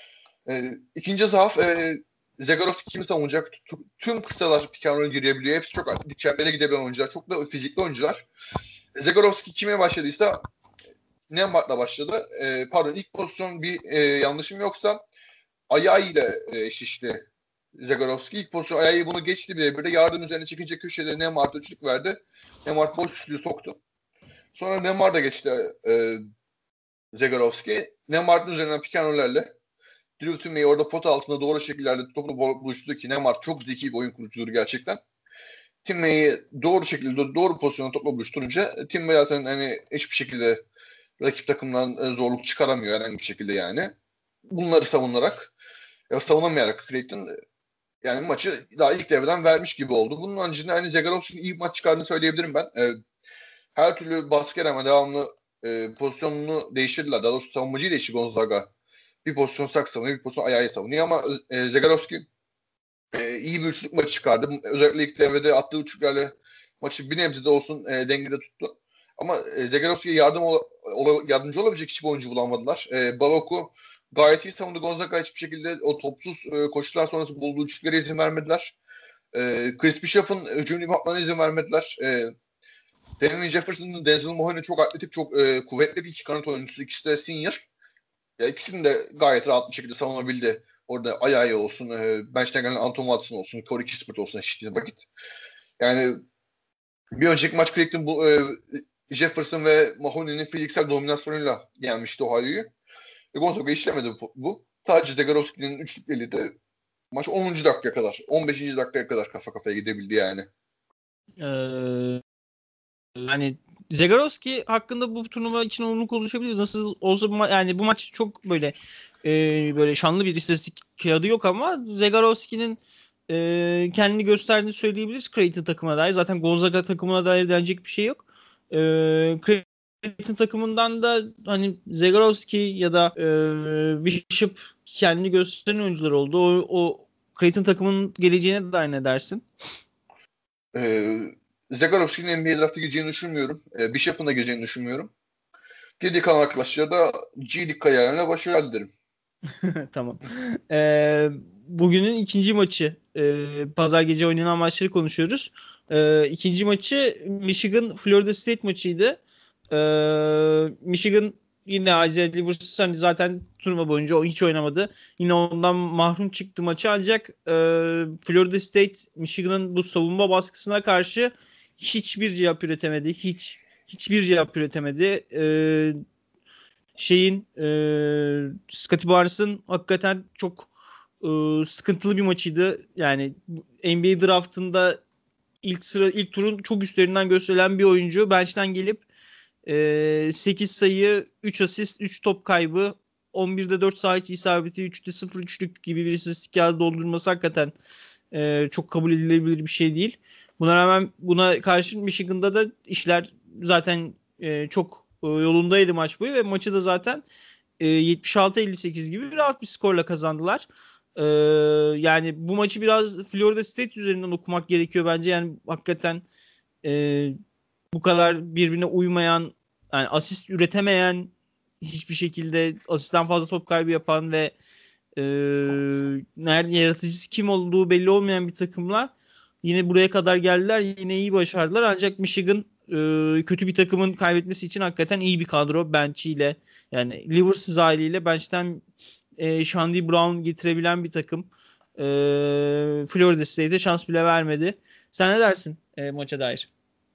E, ikinci zaaf, e, Zagorowski kimi savunacak? Tüm kısalar pick and roll girebiliyor. Hepsi çok atletik, çembere gidebilen oyuncular. Çok da fizikli oyuncular. Zagorowski kime başladıysa Nembat'la başladı. E, pardon, ilk pozisyon bir e, yanlışım yoksa ayağıyla e, şişti Zagorowski. İlk pozisyon ayağı bunu geçti bile. Bir de yardım üzerine çekince köşede Nembat'a üçlük verdi. Nembat boş üçlüğü soktu. Sonra Nembat da geçti e, Zagorowski. Nembat'ın üzerinden pick and roll'lerle Drew Timme'yi orada pot altında doğru şekillerde topla buluşturdu ki Nembat çok zeki bir oyun kurucudur gerçekten. Timme'yi doğru şekilde doğru pozisyona topla buluşturunca Timme zaten hani hiçbir şekilde rakip takımdan zorluk çıkaramıyor herhangi bir şekilde yani. Bunları savunarak ya savunamayarak Creighton yani maçı daha ilk devreden vermiş gibi oldu. Bunun haricinde hani Zagorowski'nin iyi bir maç çıkardığını söyleyebilirim ben. Ee, her türlü baskı rağmen devamlı e, pozisyonunu değiştirdiler. Daha doğrusu savunmacıyı değişti Gonzaga. Bir pozisyon sak savunuyor, bir pozisyon ayağıyla savunuyor ama e, Zagorowski e, iyi bir üçlük maçı çıkardı. Özellikle ilk devrede attığı üçlüklerle maçı bir nebze de olsun e, dengede tuttu. Ama e, Zagorowski'ye yardım ola, ola, yardımcı olabilecek hiçbir oyuncu bulamadılar. E, Balok'u gayet iyi savundu. Gonzaga hiçbir şekilde o topsuz e, koşular sonrası bulduğu üçlüklere izin vermediler. E, Chris Bishop'un hücum yapmalarına izin vermediler. E, Devin Jefferson'ın Denzel Mahoney çok atletik, çok e, kuvvetli bir iki kanat oyuncusu. İkisi de senior. Ya, ikisini de gayet rahat bir şekilde savunabildi. Orada ayağı olsun, e, bench'ten gelen Anton Watson olsun, Corey Kispert olsun eşitliği vakit. Yani bir önceki maç Creighton bu e, Jefferson ve Mahoney'nin fiziksel dominasyonuyla yenmişti Ohio'yu. E, Gonzaga işlemedi bu. bu. Sadece Zagorowski'nin üçlükleriyle de maç onuncu dakikaya kadar, on beşinci dakikaya kadar kafa kafaya gidebildi yani. Ee, yani Zagorowski hakkında bu turnuva için olumlu konuşabiliriz. Nasıl olsa bu ma- yani bu maç çok böyle e, böyle şanlı bir istatistik kağıdı yok ama Zagorowski'nin e, kendini gösterdiğini söyleyebiliriz Creighton takımına dair. Zaten Gonzaga takımına dair denecek bir şey yok. E, Creighton takımından da hani Zagorowski ya da e, Bishop kendini gösteren oyuncular oldu. O, o Creighton takımının geleceğine dair ne dersin? Ee, Zagorowski'nin N B A draft'a gireceğini düşünmüyorum. Ee, Bishop'un da gireceğini düşünmüyorum. Geri kalan arkadaşlara da G League kariyerine başarılar dilerim. Tamam. Ee, bugünün ikinci maçı. Ee, pazar gece oynanan maçları konuşuyoruz. Ee, ikinci maçı Michigan Florida State maçıydı. Ee, Michigan yine Isaiah Livers hani zaten turnuva boyunca o hiç oynamadı. Yine ondan mahrum çıktı maçı ancak e, Florida State Michigan'ın bu savunma baskısına karşı hiçbir cevap üretemedi. Hiç hiçbir cevap üretemedi. Ee, şeyin e, Scottie Barnes'ın hakikaten çok e, sıkıntılı bir maçıydı. Yani N B A draftında ilk sıra ilk turun çok üstlerinden gösterilen bir oyuncu bench'ten gelip e, sekiz sayı, üç asist, üç top kaybı, on birde dört saha içi isabeti, üçte sıfır üçlük gibi bir istatistik kağıdı doldurması hakikaten e, çok kabul edilebilir bir şey değil. Buna rağmen buna karşı Michigan'da da işler zaten e, çok e, yolundaydı maç boyu ve maçı da zaten e, yetmiş altı elli sekiz gibi bir rahat bir skorla kazandılar. E, yani bu maçı biraz Florida State üzerinden okumak gerekiyor bence. Yani hakikaten e, bu kadar birbirine uymayan, yani asist üretemeyen, hiçbir şekilde asistten fazla top kaybı yapan ve e, nerede yaratıcısı kim olduğu belli olmayan bir takımla yine buraya kadar geldiler. Yine iyi başardılar. Ancak Michigan e, kötü bir takımın kaybetmesi için hakikaten iyi bir kadro bench'iyle, yani Livers'ız haliyle bench'ten e, Shandy Brown getirebilen bir takım. E, Florida State'e şans bile vermedi. Sen ne dersin e, maça dair?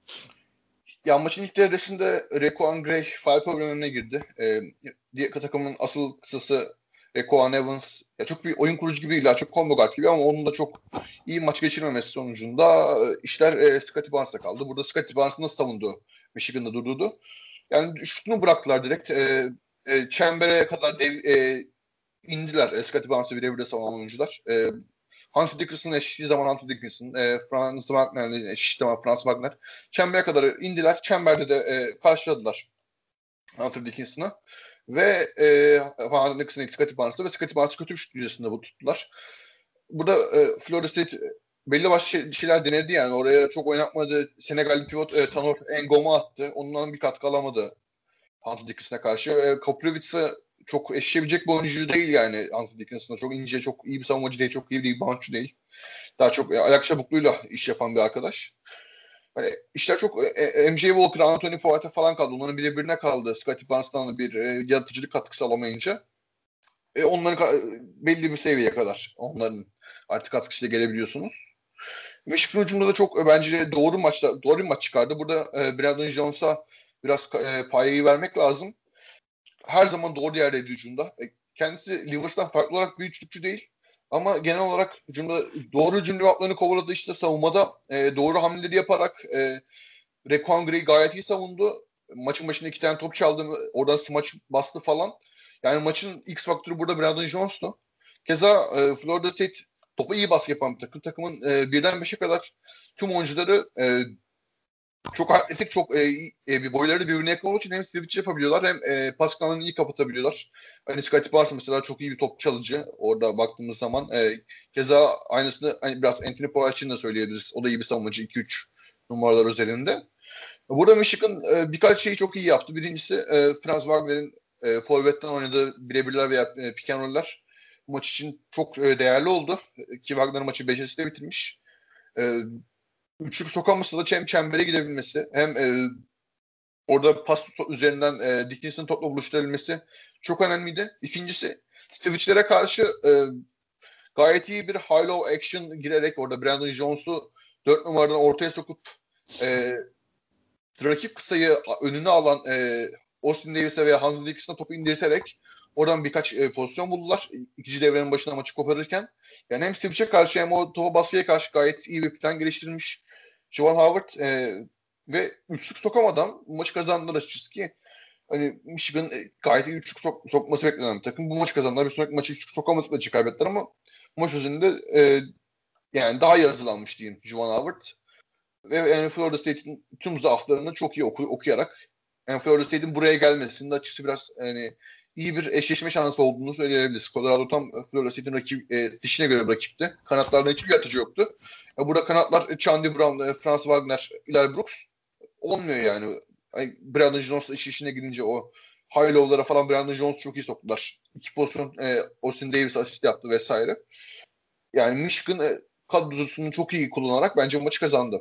Ya maçın ilk devresinde Requan Gray foul problemine girdi. Ee, diğer takımın asıl kısası Requan Evans. Ya çok bir oyun kurucu gibi değil, çok combo guard gibi ama onun da çok iyi maç geçirmemesi sonucunda e, işler e, Scottie Barnes'a kaldı. Burada Scottie Barnes nasıl savundu? Michigan'da durdu. Yani şutunu bıraktılar direkt. E, e, çembere kadar dev, e, indiler. E, Scottie Barnes'ı birebir de savunan oyuncular. E, Hunter Dickinson eşitliği zaman Hunter Dickinson, e, Franz Wagner'le eşitliği zaman Franz Wagner. Çembere kadar indiler. Çemberde de e, karşıladılar Hunter Dickinson'ı. Ve e, Hunter Dickinson'ı Scottie Barnes'ı ve Scottie Barnes'ı kötü bir şut yüzdesinde bu tuttular. Burada e, Florida State belli başlı şeyler denedi yani. Oraya çok oynatmadı. Senegalli pivot e, Tanor Ngom'u attı. Ondan bir katkı alamadı Hunter Dickinson'a karşı. E, Koprovic'e çok eşleyebilecek bir oyuncu değil yani Hunter Dickinson'a. Çok ince, çok iyi bir savunmacı değil, çok iyi bir bounce'cu değil. Daha çok e, ayak çabukluğuyla iş yapan bir arkadaş. Hani işler çok e, M J Walker, Anthony Poet'e falan kaldı. Onların birbirine kaldı. Scottie Barnes'tan da bir e, yaratıcılık katkısı alamayınca. E, onların belli bir seviyeye kadar onların artık katkısıyla gelebiliyorsunuz. Michigan hücumda da çok bence doğru maçta doğru bir maç çıkardı. Burada e, Brandon Jones'a biraz e, payayı vermek lazım. Her zaman doğru yerdeydi hücumda. E, kendisi Livers'tan farklı olarak bir üçlükçü değil. Ama genel olarak hücumda doğru hücum cevaplarını kovaladı. İşte savunmada e, doğru hamleleri yaparak e, Raekwon Gray'i gayet iyi savundu. Maçın başında iki tane top çaldı. Oradan smaç bastı falan. Yani maçın X faktörü burada Brandon Jones'tu. Keza e, Florida State topu iyi baskı yapan bir takım. Takımın e, birden beşe kadar tüm oyuncuları e, çok atletik, çok e, e, bir boyları birbirine yakın olduğu için hem switch yapabiliyorlar hem e, pas kanalını iyi kapatabiliyorlar. Hani Scottie Barnes mesela çok iyi bir top çalıcı. Orada baktığımız zaman e, keza aynısını hani biraz Anthony Power için de söyleyebiliriz. O da iyi bir savunmacı iki üç numaralar üzerinde. Burada Michigan e, birkaç şeyi çok iyi yaptı. Birincisi e, Franz Wagner'in e, forvetten oynadığı birebirler veya e, pick and roll'ler bu maç için çok e, değerli oldu. Ki Wagner maçı beş asistle bitirmiş. E, üçlük sokamasa da hem çembere gidebilmesi hem e, orada pas üzerinden e, Dickinson topla buluşturabilmesi çok önemliydi. İkincisi switchlere karşı e, gayet iyi bir high-low action girerek orada Brandon Jones'u dört numaradan ortaya sokup e, rakip kısayı önüne alan e, Austin Davis'e veya Hunter Dickinson'a topu indirterek oradan birkaç e, pozisyon buldular. İkinci devrenin başında maçı koparırken. Yani hem switch'e karşı hem o topa baskıya karşı gayet iyi bir plan geliştirilmiş. Juwan Howard e, ve üçlük sokamadan maçı kazandılar açıkçası ki hani Michigan e, gayet iyi üçlük sok- sokması beklenen bir takım. Bu maçı kazandılar. Bir sonraki maçı üçlük sokamadıkları için kaybettiler ama maç üzerinde e, yani daha iyi hazırlanmış diyeyim Juwan Howard. Ve yani Florida State'in tüm zaaflarını çok iyi oku- okuyarak yani Florida State'in buraya gelmesinin açıkçası biraz yani iyi bir eşleşme şansı olduğunu söyleyebiliriz. Colorado tam Florida State'in rakip, e, dişine göre bir rakipti. Kanatlarda hiçbir yaratıcı yoktu. Ya burada kanatlar Chandy Brown, Franz Wagner, Eli Brooks olmuyor yani. yani Brandon Jones'la iş işine girince o high low'lara falan Brandon Jones çok iyi soktular. İki pozisyon e, Austin Davis asist yaptı vesaire. Yani Michigan e, kadrosunu çok iyi kullanarak bence maçı kazandı.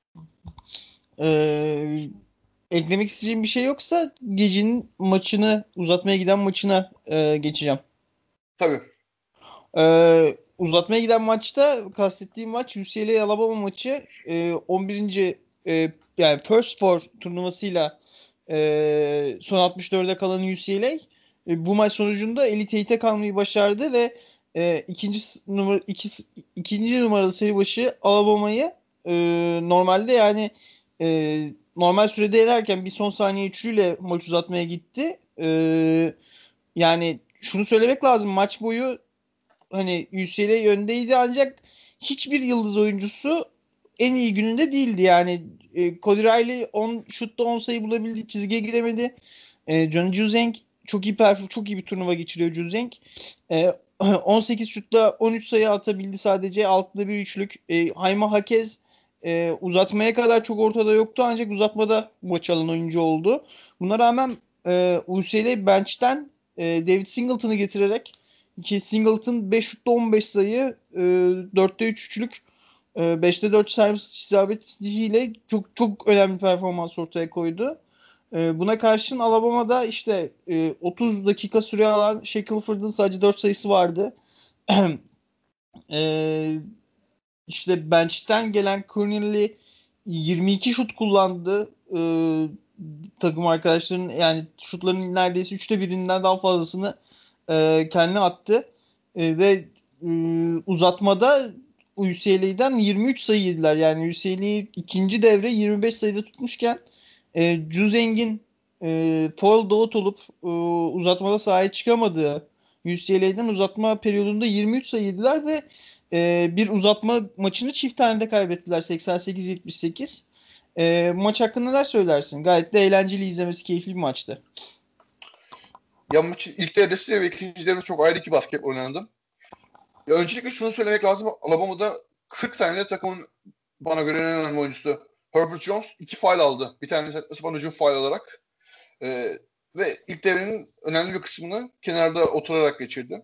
Ee, eklemek isteyeceğim bir şey yoksa gecenin maçını uzatmaya giden maçına e, geçeceğim. Tabii. Ee, uzatmaya giden maçta kastettiğim maç U C L A Alabama maçı e, on birinci E, yani First Four turnuvasıyla e, son altmış dörde kalan U C L A e, bu maç sonucunda Elite Eight'e kalmayı başardı ve e, ikinci numara iki, ikinci numaralı seri başı Alabama'yı e, normalde yani e, normal sürede yenerken bir son saniye üçlüyle maç uzatmaya gitti. E, yani şunu söylemek lazım, maç boyu hani U C L A yöndeydi ancak hiçbir yıldız oyuncusu en iyi gününde değildi. Yani e, Cody Riley on şutta on sayı bulabildi, çizgiye gidemedi. E, Johnny Juzang çok iyi perf- çok iyi bir turnuva geçiriyor Juzang. E, on sekiz şutta on üç sayı atabildi sadece. Altıda bir üçlük. E, Hayma Hakez e, uzatmaya kadar çok ortada yoktu ancak uzatmada maç alan oyuncu oldu. Buna rağmen e, U C L A bench'ten e, David Singleton'ı getirerek ki Singleton beş şutta on beş sayı, e, dörtte üç üçlük, e, beşte dört servis isabetiyle çok çok önemli performans ortaya koydu. E, buna karşın Alabama'da işte e, otuz dakika süre alan Shea Clifford'ın sadece dört sayısı vardı. e, işte bench'ten gelen Cornel'i yirmi iki şut kullandı. E, takım arkadaşlarının yani şutların neredeyse üçte birinden daha fazlasını e, kendine attı. E, ve e, uzatmada U C L A'den yirmi üç sayı yediler. Yani U C L A ikinci devre yirmi beş sayıda tutmuşken e, Juzeng'in e, foul dağıt olup e, uzatmada sahaya çıkamadığı U C L A'den uzatma periyodunda yirmi üç sayı yediler ve e, bir uzatma maçını çift hanede kaybettiler seksen sekiz yetmiş sekiz. E, maç hakkında neler söylersin? Gayet de eğlenceli, izlemesi keyifli bir maçtı. Ya maçın ilk devresi ve ikinci devre çok ayrı iki basketbol oynandı. Ya öncelikle şunu söylemek lazım. Alabama'da kırk saniyede takımın bana göre en önemli oyuncusu Herbert Jones iki faul aldı. Bir tanesi sapan hücum faul alarak. Ee, ve ilk devrenin önemli bir kısmını kenarda oturarak geçirdi.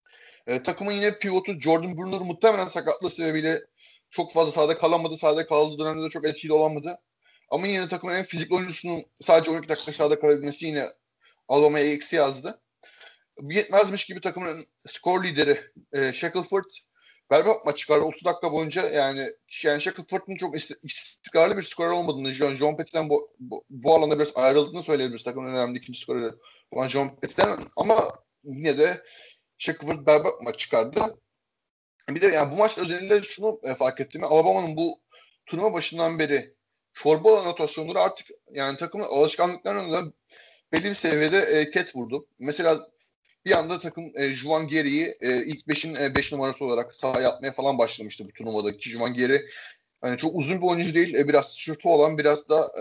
Ee, takımın yine pivotu Jordan Brunner muhtemelen sakatlığı sebebiyle çok fazla sahada kalamadı. Sahada kaldığı dönemde de çok etkili olamadı. Ama yine takımın en fizikli oyuncusunun sadece on iki dakika sahada kalabilmesi yine Alabama'ya eksi yazdı. Bu yetmezmiş gibi takımın skor lideri e, Shackelford berbat maç çıkardı. otuz dakika boyunca yani yani Shackelford'un çok istikrarlı bir skorer olmadığını, John, John Petit'ten bu, bu, bu alanda biraz ayrıldığını söyleyebiliriz. Takımın önemli ikinci skoreri olan John Petit'ten ama yine de Shackelford berbat maç çıkardı. Bir de yani bu maçta özelinde şunu e, fark ettim. Alabama'nın bu turnuva başından beri çorba anotasyonları artık yani takımın alışkanlıklarının belli bir seviyede e, ket vurdu. Mesela bir anda takım e, Juwan Geri'yi e, ilk beşin beş numarası olarak sahaya atmaya falan başlamıştı bu turnuvadaki. Juwan Geri hani çok uzun bir oyuncu değil. E, biraz şutu olan, biraz da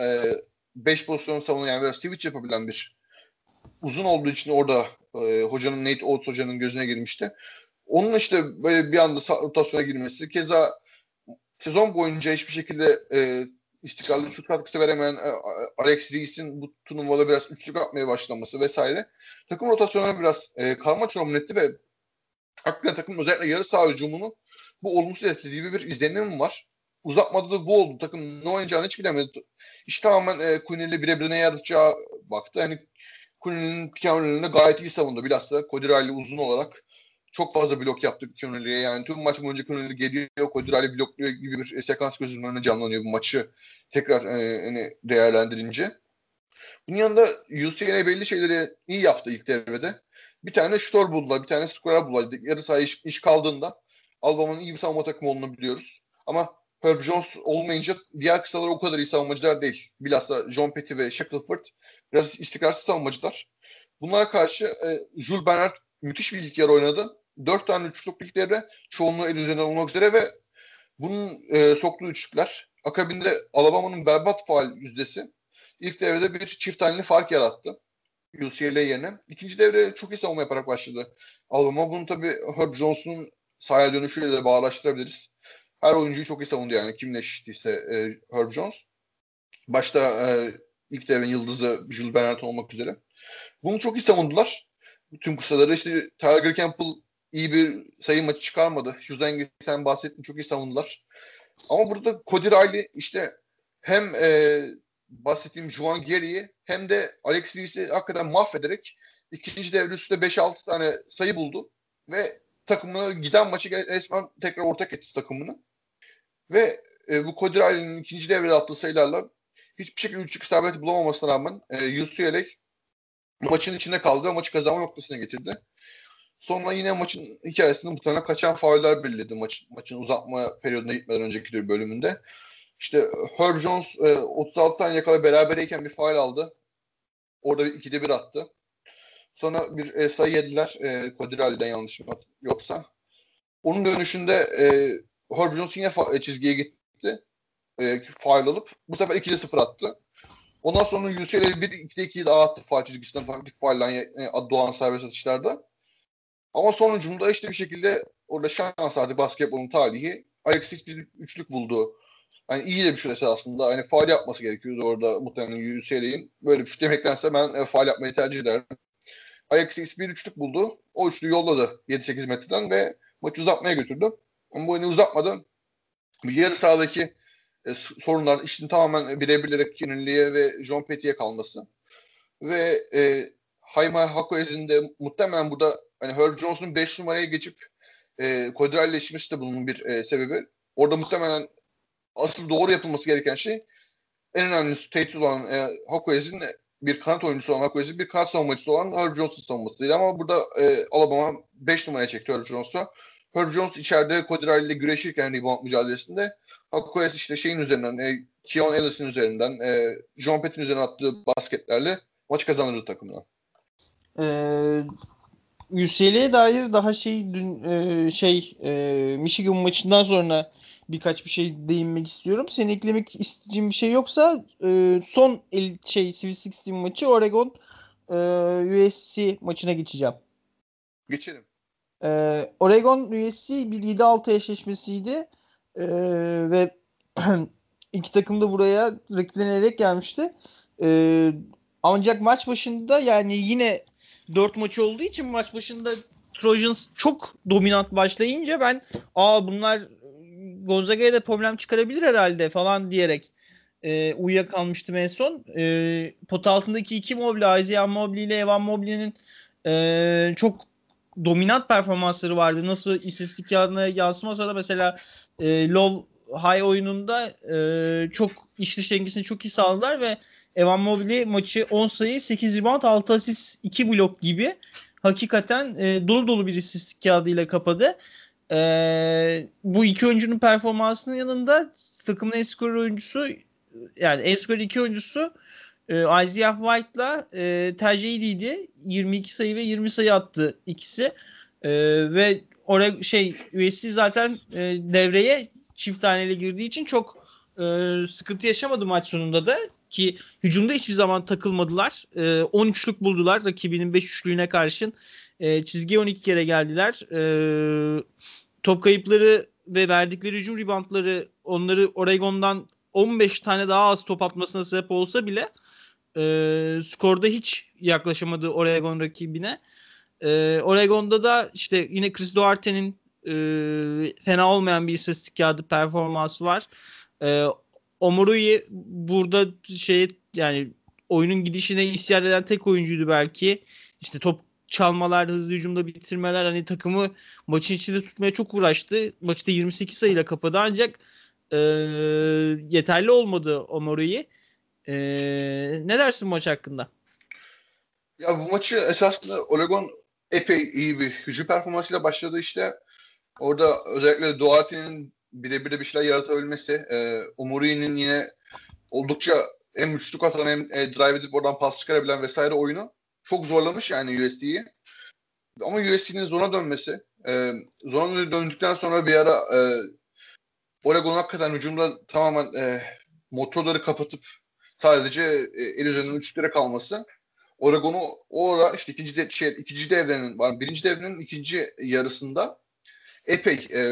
beş pozisyon savunan yani biraz switch yapabilen bir uzun olduğu için orada e, hocanın Nate Oates hocanın gözüne girmişti. Onun işte böyle bir anda rotasyona girmesi. Keza sezon boyunca hiçbir şekilde e, istikrarlı şut katkısı veremeyen e, Alex Reese'in bu turnuvada biraz üçlük atmaya başlaması vesaire. Takım rotasyonuna biraz e, karmaçalan etti ve hakikaten takım özellikle yarı saha hücumunu bu olumsuz etkilediği bir izlenimim var. Uzatmada da bu oldu. Takım ne oynayacağını hiç bilemedi. İşte tamamen e, Quinn birebir ne yaratacağı baktı. Hani Quinn'in Keanu'nun gayet iyi savundu. Bilhassa Cody Riley uzun olarak çok fazla blok yaptık Keanu'ya. Yani tüm maç boyunca Keanu geliyor, Cody Riley blokluyor gibi bir e, sekans gözümün önüne canlanıyor bu maçı tekrar e, hani değerlendirince. Bunun yanında U C L A belli şeyleri iyi yaptı ilk devrede. Bir tane şutör buldular, bir tane skorer buldular. Yarı saha iş, iş kaldığında Alabama'nın iyi bir savunma takımı olduğunu biliyoruz. Ama Herb Jones olmayınca diğer kısalar o kadar iyi savunmacılar değil. Bilhassa John Petty ve Shackelford biraz istikrarsız savunmacılar. Bunlara karşı e, Jules Bernard müthiş bir ilk yarı oynadı. Dört tane üçlük ilk devre, çoğunluğu el üzerinden olmak üzere ve bunun e, soktuğu üçlükler. Akabinde Alabama'nın berbat faal yüzdesi ilk devrede bir çift taneli fark yarattı U C L A yerine. İkinci devre çok iyi savunma yaparak başladı Alabama. Bunu tabii Herb Jones'un sahaya dönüşüyle de bağlaştırabiliriz. Her oyuncuyu çok iyi savundu yani. Kimle eşittiyse e, Herb Jones. Başta e, ilk devrenin yıldızı Jules Bernard olmak üzere. Bunu çok iyi savundular. Tüm kısaları işte Tyler Campbell iyi bir sayı maçı çıkarmadı. Juzengi sen bahsettin çok iyi savundular. Ama burada Cody Riley işte hem e, bahsettiğim Juwan Geri'yi hem de Alex Reese'i hakikaten mahvederek ikinci devre üstüne beş altı tane sayı buldu ve takımını giden maçı resmen tekrar ortak etti takımını. Ve e, bu Cody Riley'nin ikinci devrede attığı sayılarla hiçbir şekilde üçlük isabeti bulamamasına rağmen e, U C L A maçın içinde kaldı ve maçı kazanma noktasına getirdi. Sonra yine maçın hikayesinde muhtemelen kaçan fauller belirledi maç, maçın uzatma periyoduna gitmeden önceki bir bölümünde. İşte Herb Jones e, otuz altı saniye kala berabereyken bir faul aldı. Orada bir ikide bir attı. Sonra bir e, sayı yediler. E, Cody Riley'den yanlış mı yoksa. Onun dönüşünde e, Herb Jones yine fa- çizgiye gitti. E, faul alıp bu sefer ikide sıfır attı. Ondan sonra U C L A bir ikide ikiyi daha attı faul çizgisinden taktik faulle e, doğan serbest atışlarda. Ama sonucunda işte bir şekilde orada şans artık basketbolun tarihi Alexis bir üçlük buldu. Yani iyi de bir şut aslında. Hani faal yapması gerekiyordu orada muhtemelen U C L A'nin. Böyle bir şut demektense ben e, faal yapmayı tercih ederim. Alexis bir üçlük buldu. O üçlüyü yolladı yedi sekiz metreden ve maçı uzatmaya götürdü. Ama bu hani uzatmadı. Yarı sahadaki e, sorunlar işin tamamen birebirlere Kinley'e ve John Petty'ye kalması. Ve e, Hayma Hakoez'in de muhtemelen burada hani Herb Jones'un beş numaraya geçip e, Kodralleşmesi de bunun bir e, sebebi. Orada muhtemelen asıl doğru yapılması gereken şey en önemlisi tehdit olan e, Hakoez'in bir kanat oyuncusu olan Hakoez'in bir kanat savunmacısı olan Herb Jones'un savunmasıydı. Ama burada e, Alabama beş numaraya çekti Herb Jones'u. Herb Jones içeride Cody ile güreşirken rebound mücadelesinde Hakoez işte şeyin üzerinden e, Keon Ellis'in üzerinden e, John Petty'nin üzerinden attığı basketlerle maç kazanırdı takımına. Ee, U C L A'ye dair daha şey dün e, şey e, Michigan maçından sonra birkaç bir şey değinmek istiyorum. Senin eklemek istediğin bir şey yoksa e, son el, şey Sweet on altı maçı Oregon e, U S C maçına geçeceğim. Geçelim. E, Oregon U S C bir yedi altı eşleşmesiydi. E, ve iki takım da buraya rakiplenerek gelmişti. E, ancak maç başında yani yine dört maç olduğu için maç başında Trojans çok dominant başlayınca ben aa bunlar Gonzaga'ya da problem çıkarabilir herhalde falan diyerek e, uyuyakalmıştım en son. E, pot altındaki iki Mobley, Isaiah Mobley ile Evan Mobley'nin e, çok dominant performansları vardı. Nasıl istatistik kağıdına yansımasa da mesela e, low high oyununda e, çok iş dış dengesini çok iyi sağladılar ve Evan Mobley maçı on sayı, sekiz rebound, altı asist, iki blok gibi hakikaten e, dolu dolu bir istatistik kağıdıyla kapadı. E, bu iki oyuncunun performansının yanında takımın en skor oyuncusu yani en skor iki oyuncusu e, Isaiah White'la e, tercihiydi. yirmi iki sayı ve yirmi sayı attı ikisi. E, ve oraya şey U S C zaten e, devreye çift taneli girdiği için çok e, sıkıntı yaşamadı maç sonunda da ki hücumda hiçbir zaman takılmadılar. E, on üçlük buldular rakibinin beş üçlüğüne karşın. E, çizgiye on iki kere geldiler. E, top kayıpları ve verdikleri hücum reboundları onları Oregon'dan on beş tane daha az top atmasına sebep olsa bile e, skorda hiç yaklaşamadı Oregon rakibine. E, Oregon'da da işte yine Chris Duarte'nin e, fena olmayan bir istatistik kağıdı performansı var. E, Omoruyi burada şey yani oyunun gidişine isyan eden tek oyuncuydu belki. İşte top çalmalar, hızlı hücumda bitirmeler hani takımı maçın içinde tutmaya çok uğraştı. Maçı da yirmi sekiz sayıyla kapadı ancak e, yeterli olmadı Omoruyi. E, ne dersin maç hakkında? Ya bu maçı esasında Oregon epey iyi bir hücum performansıyla başladı işte. Orada özellikle Duarte'nin birebir de bir şeyler yaratabilmesi, e, Umuri'nin yine oldukça hem üçlük atan hem e, drive edip oradan pas çıkarabilen vesaire oyunu çok zorlamış yani U S C'yi. Ama U S C'nin zona dönmesi, e, zona döndükten sonra bir ara e, Oregon hakikaten hücumda tamamen e, motorları kapatıp sadece e, el üzerinden üçlüklere kalması Oregon'u o ara işte ikinci de, şey, ikinci devrenin var birinci devrenin ikinci yarısında epey e,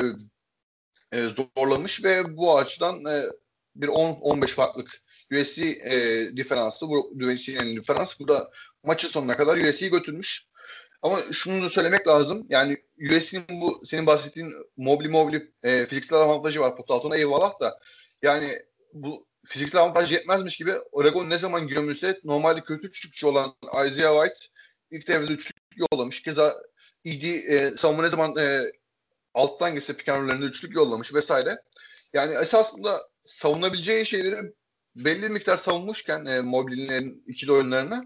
e, zorlamış ve bu açıdan e, bir on on beş farklık U S C e, diferansı bu U S C'nin diferansı bu da maçın sonuna kadar U S C'yi götürmüş. Ama şunu da söylemek lazım. Yani U S C'nin bu senin bahsettiğin Mobley Mobley e, fiziksel avantajı var pot altına eyvallah da yani bu fiziksel avantaj yetmezmiş gibi Oregon ne zaman gömülse normalde kötü üçlükçü olan Isaiah White ilk devrede üçlük yollamış. Keza İdi e, savunma ne zaman e, alttan geçse pick and roll'lerinde üçlük yollamış vesaire. Yani esasında savunabileceği şeyleri belli miktar savunmuşken e, Mobley'lerin ikili oyunlarını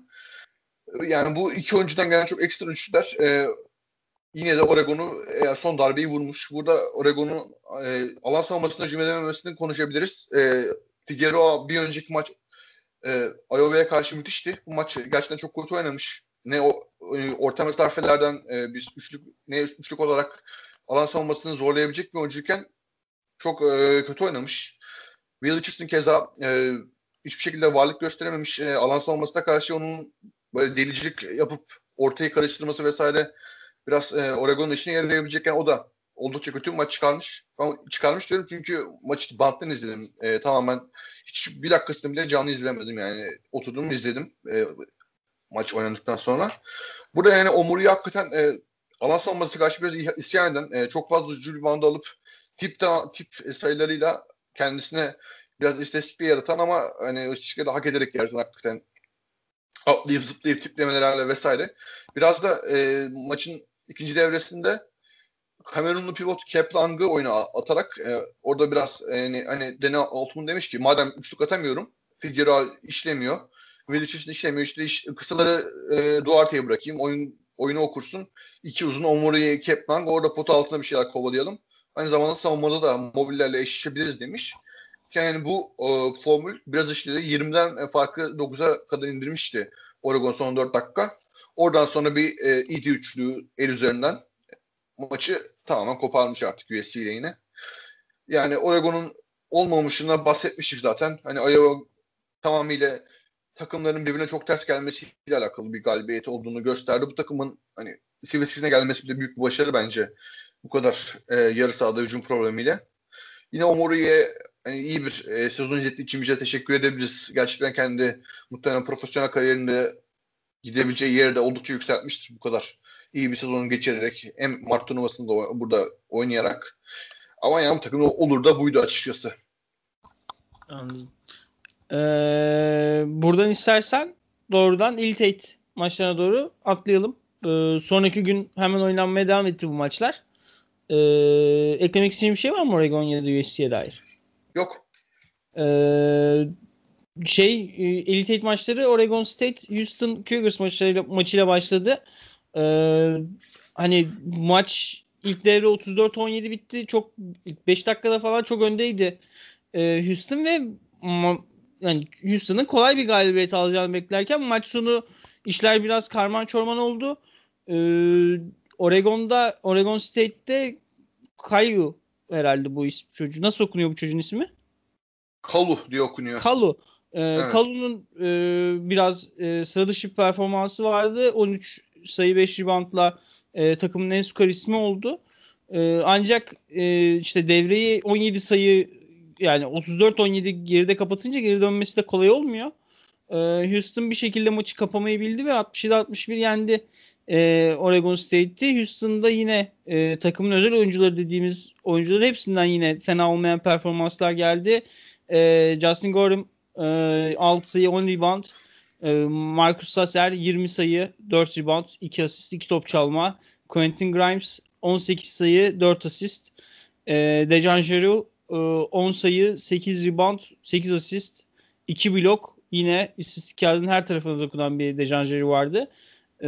yani bu iki oyuncudan gelen çok ekstra üçlükler e, yine de Oregon'u e, son darbeyi vurmuş. Burada Oregon'un e, alan savunmasına hücum edememesini konuşabiliriz. E, Figueroa bir önceki maç e, Iowa'ya karşı müthişti. Bu maç gerçekten çok kötü oynamış. Ne o e, orta mesafelerden e, bir üçlük ne üçlük olarak alan savunmasını zorlayabilecek bir oyuncuyken çok e, kötü oynamış. Will Richardson keza e, hiçbir şekilde varlık gösterememiş. E, alan savunmasına karşı onun böyle delicilik yapıp ortayı karıştırması vesaire biraz e, Oregon'un işine yarayabilecekken o da oldukça kötü bir maç çıkarmış. Ben çıkarmış diyorum çünkü maçı banttan izledim. E, tamamen hiç bir dakikasını bile canlı izlemedim yani. Oturdum izledim e, maç oynandıktan sonra. Burada yani Omuri'yi hakikaten e, alan savunması karşı biraz isyan eden, e, çok fazla hücum reboundu alıp tip, ta, tip sayılarıyla kendisine biraz istatistik yaratan ama hani istatistikleri hak ederek yaratan hakikaten atlayıp zıplayıp tiplemelerle vesaire. Biraz da e, maçın ikinci devresinde Kamerunlu pivot Cap Lang'ı oyuna atarak e, orada biraz e, yani, hani Dene Altman demiş ki madem üçlük atamıyorum Figueroa işlemiyor. Will işlemiyor. İşte iş, kısaları e, Duarte'ye bırakayım. Oyun oyunu okursun. İki uzun Omuri'ye Cap Lang orada pot altına bir şeyler kovalayalım. Aynı zamanda savunmada da mobillerle eşleşebiliriz demiş. Yani bu e, formül biraz işledi. yirmiden farkı dokuza kadar indirmişti Oregon son dört dakika. Oradan sonra bir e, iydi üçlü el üzerinden maçı tamamen koparmış artık U S C ile yine. Yani Oregon'un olmamışına bahsetmiştik zaten. Hani Iowa tamamıyla takımların birbirine çok ters gelmesiyle alakalı bir galibiyet olduğunu gösterdi. Bu takımın hani seviyesine gelmesi de büyük bir başarı bence. Bu kadar e, yarı sahada hücum problemiyle. Yine Omori'ye hani iyi bir e, sezon izlettiği için bize teşekkür edebiliriz. Gerçekten kendi muhtemelen profesyonel kariyerinde gidebileceği yeri de oldukça yükseltmiştir bu kadar iyi bir sezonu geçirerek. Hem Mart turnuvasında burada oynayarak. Ama yani bu takım olur da buydu açıkçası. Anladım. Ee, buradan istersen doğrudan Elite Eight maçlarına doğru atlayalım. Ee, sonraki gün hemen oynanmaya devam etti bu maçlar. Ee, eklemek istediğin bir şey var mı Oregon ya da U S C'ye dair? Yok. Ee, şey Elite Eight maçları Oregon State Houston Cougars maçıyla, maçıyla başladı. Ee, hani maç ilk devre otuz dört on yedi bitti. Çok ilk beş dakikada falan çok öndeydi ee, Houston ve ma- yani Houston'ın kolay bir galibiyet alacağını beklerken maç sonu işler biraz karman çorman oldu. Ee, Oregon'da Oregon State'te Caillou herhalde bu isim çocuğu. Nasıl okunuyor bu çocuğun ismi? Kalu diye okunuyor. Kalu. Ee, Evet. Kalu'nun e, biraz e, sıra dışı bir performansı vardı. on üç sayı beş reboundla e, takımın en skor ismi oldu. E, ancak e, işte devreyi on yedi sayı yani otuz dört on yedi geride kapatınca geri dönmesi de kolay olmuyor. E, Houston bir şekilde maçı kapamayı bildi ve altmış yedi altmış bir yendi e, Oregon State'i. Houston'da yine e, takımın özel oyuncuları dediğimiz oyuncuların hepsinden yine fena olmayan performanslar geldi. E, Justin Gordon e, altı sayı on rebound. E, Marcus Sasser yirmi sayı dört rebound iki asist iki top çalma. Quentin Grimes on sekiz sayı dört asist. E, Dejan Jarreau e, on sayı sekiz rebound sekiz asist iki blok. Yine istatistik kağıdının her tarafına dokunan bir Dejan Jarreau vardı. E,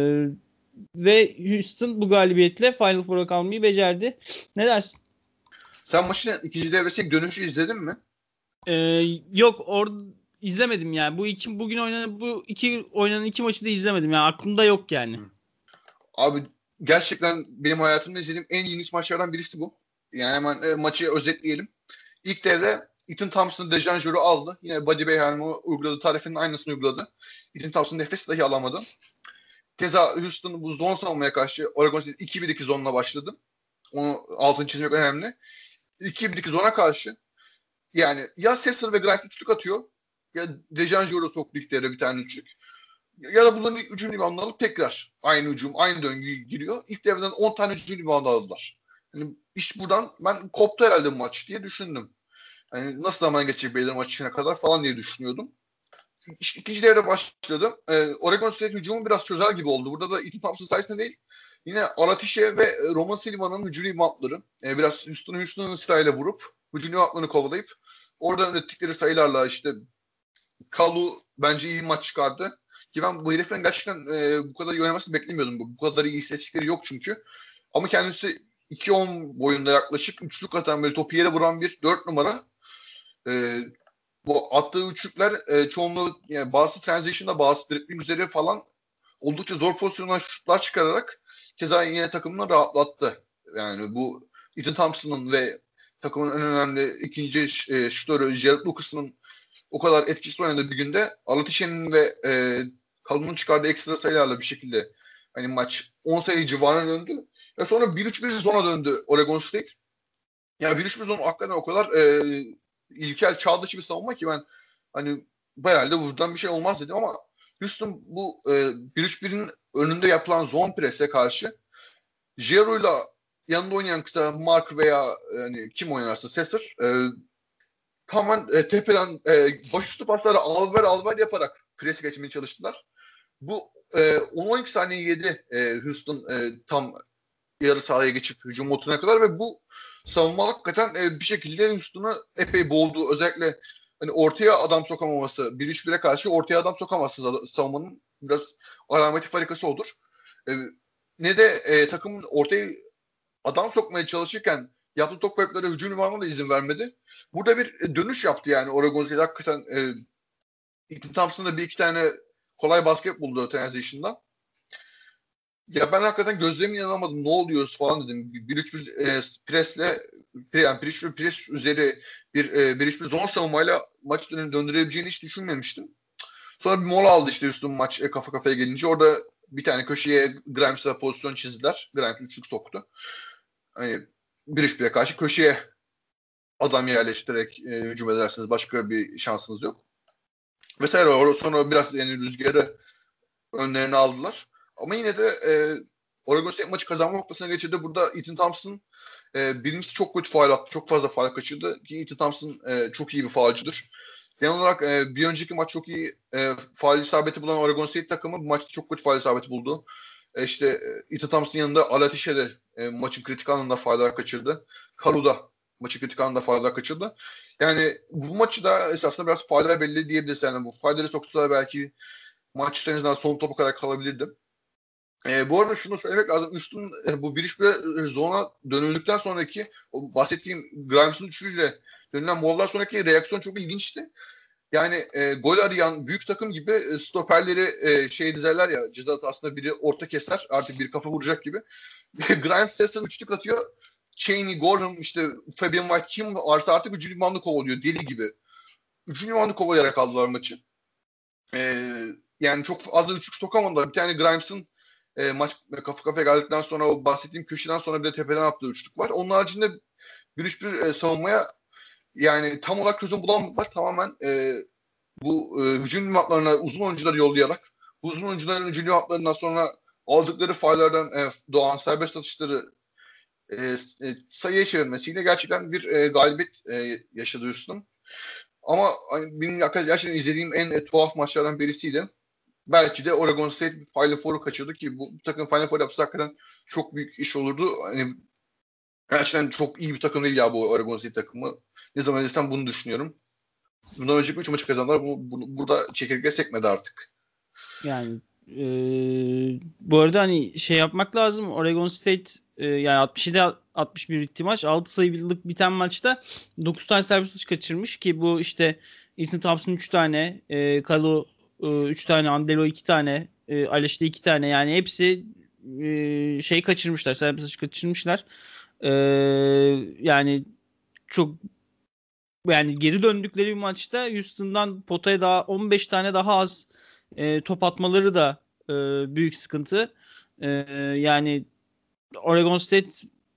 ve Houston bu galibiyetle Final Four'a kalmayı becerdi. Ne dersin? Sen maçın ikinci devresindeki dönüşü izledin mi? Ee, yok orada izlemedim yani. Bu iki bugün oynanan bu iki oynanan iki maçı da izlemedim yani. Aklımda yok yani. Abi gerçekten benim hayatımda izlediğim en ilginç maçlardan birisi bu. Yani hemen e, maçı özetleyelim. İlk devre Ethan Thompson'ı Dejan Jarreau aldı. Yine Buddy Boeheim'in uyguladığı tarifinin aynısını uyguladı. Ethan Thompson nefes dahi alamadı. Keza Houston bu zon savunmaya karşı Oregon State iki bir iki zonla başladı. Onu altını çizmek önemli. iki bir iki zona karşı yani ya Sesser ve Grant üçlük atıyor ya Dejan Jarreau soktu ilk devre bir tane üçlük. Ya da bunların ilk hücum reboundını alıp tekrar aynı hücum, aynı döngü giriyor. İlk devreden on tane hücum reboundu aldılar. Yani iş buradan ben koptu herhalde bu maç diye düşündüm. Yani nasıl zaman geçecek belirli maç içine kadar falan diye düşünüyordum. İşte ikinci devre başladı. Ee, Oregon State hücumu biraz çözer gibi oldu. Burada da Ethan Thompson sayesinde değil. Yine Alatişe ve Roman Silva'nın hücum reboundları. Ee, biraz Houston'u Houston'un sırayla vurup hücum reboundlarını kovalayıp oradan ürettikleri sayılarla işte Kalu bence iyi bir maç çıkardı. Ki ben bu herifin gerçekten e, bu kadar iyi oynamasını beklemiyordum. Bu, bu kadar iyi istatistikleri yok çünkü. Ama kendisi iki on boyunda yaklaşık üçlük atan böyle topu yere vuran bir dört numara. E, bu attığı üçlükler e, çoğunluğu yani bazı transition'da bazı dribbling üzeri falan oldukça zor pozisyonlar şutlar çıkararak keza yine takımını rahatlattı. Yani bu Ethan Thompson'ın ve takımın en önemli ikinci e, şutörü Jared Lucas'ın o kadar etkisiz oynadığı bir günde Alatişe'nin ve e, Kalun'un çıkardığı ekstra sayılarla bir şekilde hani maç on sayı civarına döndü. Ve sonra bir üç bir zona döndü Oregon State. Yani bir üç bir zon hakikaten o kadar e, ilkel çağ dışı bir savunma ki ben hani herhalde buradan bir şey olmaz dedim ama Houston bu e, bir üç birin önünde yapılan zone press'e karşı Jero'yla yanında oynayan kısa Mark veya yani kim oynarsa Sesser e, tamamen e, tepeden e, başüstü pasları alver alver yaparak presi geçmeye çalıştılar. Bu e, on on iki saniye yedi e, Houston e, tam yarı sahaya geçip hücum moduna kadar ve bu savunma hakikaten e, bir şekilde Houston'u epey boğdu. Özellikle hani ortaya adam sokamaması, bir üç bire karşı ortaya adam sokamazsın savunmanın biraz alameti farikası olur. E, ne de e, takımın ortaya adam sokmaya çalışırken yaptığı top kayıpları hücum limanına da izin vermedi. Burada bir dönüş yaptı yani Oregon State hakikaten e, Ethan Thompson'da bir iki tane kolay basket buldu transition'da. Ya ben hakikaten gözlerime inanamadım. Ne oluyoruz falan dedim. bir üç bir e, presle pre, yani bir üç bir pres üzeri bir e, bir üç bir zon savunmayla maç dönü döndürebileceğini hiç düşünmemiştim. Sonra bir mola aldı işte üstün maç e, kafa kafaya gelince. Orada bir tane köşeye Grimes'a pozisyon çizdiler. Grimes üçlük soktu. Hani bir üç bire karşı köşeye adam yerleştirerek e, hücum edersiniz. Başka bir şansınız yok. Vesaire. Orada sonra biraz yani rüzgarı önlerine aldılar. Ama yine de e, Oregon State maçı kazanma noktasına getirdi. Burada Ethan Thompson e, birincisi çok kötü faul attı. Çok fazla faul kaçırdı. Ki Ethan Thompson e, çok iyi bir faulcudur. Genel olarak e, bir önceki maç çok iyi e, faul isabeti bulan Oregon State takımı bu maçta çok kötü faul isabeti buldu. E, işte e, Ethan Thompson yanında Alatişe de e, maçın kritik anında fauller kaçırdı. Kalu da maçın kritik anında fauller kaçırdı. Yani bu maçı da esasında biraz fauller belli diyebiliriz. Yani bu faulleri soksalar belki maç en azından son topa kadar kalabilirdim. E, bu arada şunu söylemek lazım. Üstün e, bu bir iş bir zona dönüldükten sonraki o bahsettiğim Grimes'ın üçlüyle dönülen mollar sonraki reaksiyon çok ilginçti. Yani e, gol arayan büyük takım gibi e, stoperleri e, şey dizerler ya, ceza aslında biri orta keser artık bir kafa vuracak gibi. Grimes sesten üçlük atıyor. Cheney, Gordon, işte Fabian White kim varsa artık üçüncü limanını kovalıyor deli gibi. Üçüncü limanını kovalayarak aldılar maçı. E, yani çok fazla üçlük sokamadılar. Bir tane Grimes'ın e, maç kafa kafaya geldikten sonra o bahsettiğim köşeden sonra bir de tepeden attığı üçlük var. Onun haricinde bir üç bir e, savunmaya yani tam olarak çözüm bulamadılar. Tamamen e, bu e, hücum hatlarına uzun oyuncuları yollayarak bu uzun oyuncuların hücum hatlarından sonra aldıkları faullerden e, doğan serbest atışları e, e, sayıya çevirmesiyle gerçekten bir e, galibiyet e, yaşadı Houston. Ama hani, benim gerçekten izlediğim en e, tuhaf maçlardan birisiydi. Belki de Oregon State Final Four'u kaçırdı ki bu, bu takım Final Four yapsa hakikaten çok büyük iş olurdu. Hani gerçekten çok iyi bir takım değil ya bu Oregon State takımı. Ne zaman izlesem bunu düşünüyorum. Bundan önceki üç maçı kazandılar. Bu, bu, burada çekirge sekmedi artık. Yani e, bu arada hani şey yapmak lazım. Oregon State e, yani altmış yedi altmış bir bitti maç. altı sayılık biten maçta dokuz tane serbest atış kaçırmış ki bu işte Ethan Thompson üç tane, e, Kalu üç tane, Andelo iki tane, e, Aleş'te iki tane, yani hepsi e, şey kaçırmışlar. Serbest atış kaçırmışlar. E, yani çok yani geri döndükleri bir maçta Houston'dan potaya daha on beş tane daha az e, top atmaları da e, büyük sıkıntı. E, yani Oregon State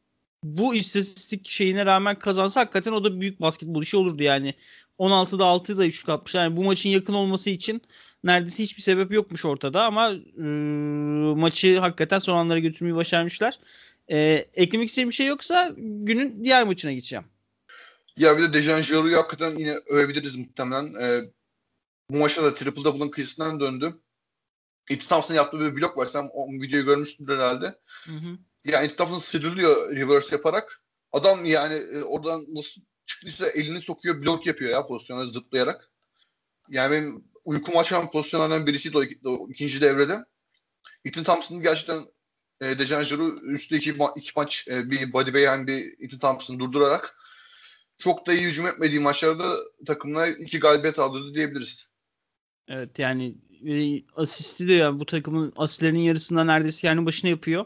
bu istatistik şeyine rağmen kazansa hakikaten o da büyük basketbol işi olurdu yani. on altıda altıda üçlük atmış. Yani bu maçın yakın olması için neredeyse hiçbir sebep yokmuş ortada ama e, maçı hakikaten son anlara götürmeyi başarmışlar. E, eklemek istediğim bir şey yoksa günün diğer maçına geçeceğim. Ya bir de Dejan Jaru'yu hakikaten yine övebiliriz muhtemelen. Ee, bu maçta da triple double'ın kıyısından döndü. Ethan Thompson'ın yaptığı bir blok var. Sen o videoyu görmüşsündür herhalde. Hı hı. Yani Ethan Thompson sıyrılıyor reverse yaparak. Adam yani e, oradan nasıl çıktıysa elini sokuyor, blok yapıyor ya pozisyona zıplayarak. Yani benim uykumu açan pozisyonlardan birisiydi o, o ikinci devrede. Ethan Thompson'ın gerçekten e, Dejan Jaru üstte iki, ma- iki maç e, bir Buddy Boeheim bir Ethan Thompson'ı durdurarak çok da iyi hücum etmediği maçlarda takımına iki galibiyet aldırdı diyebiliriz. Evet yani e, asisti de yani bu takımın asistlerinin yarısından neredeyse kendi başına yapıyor.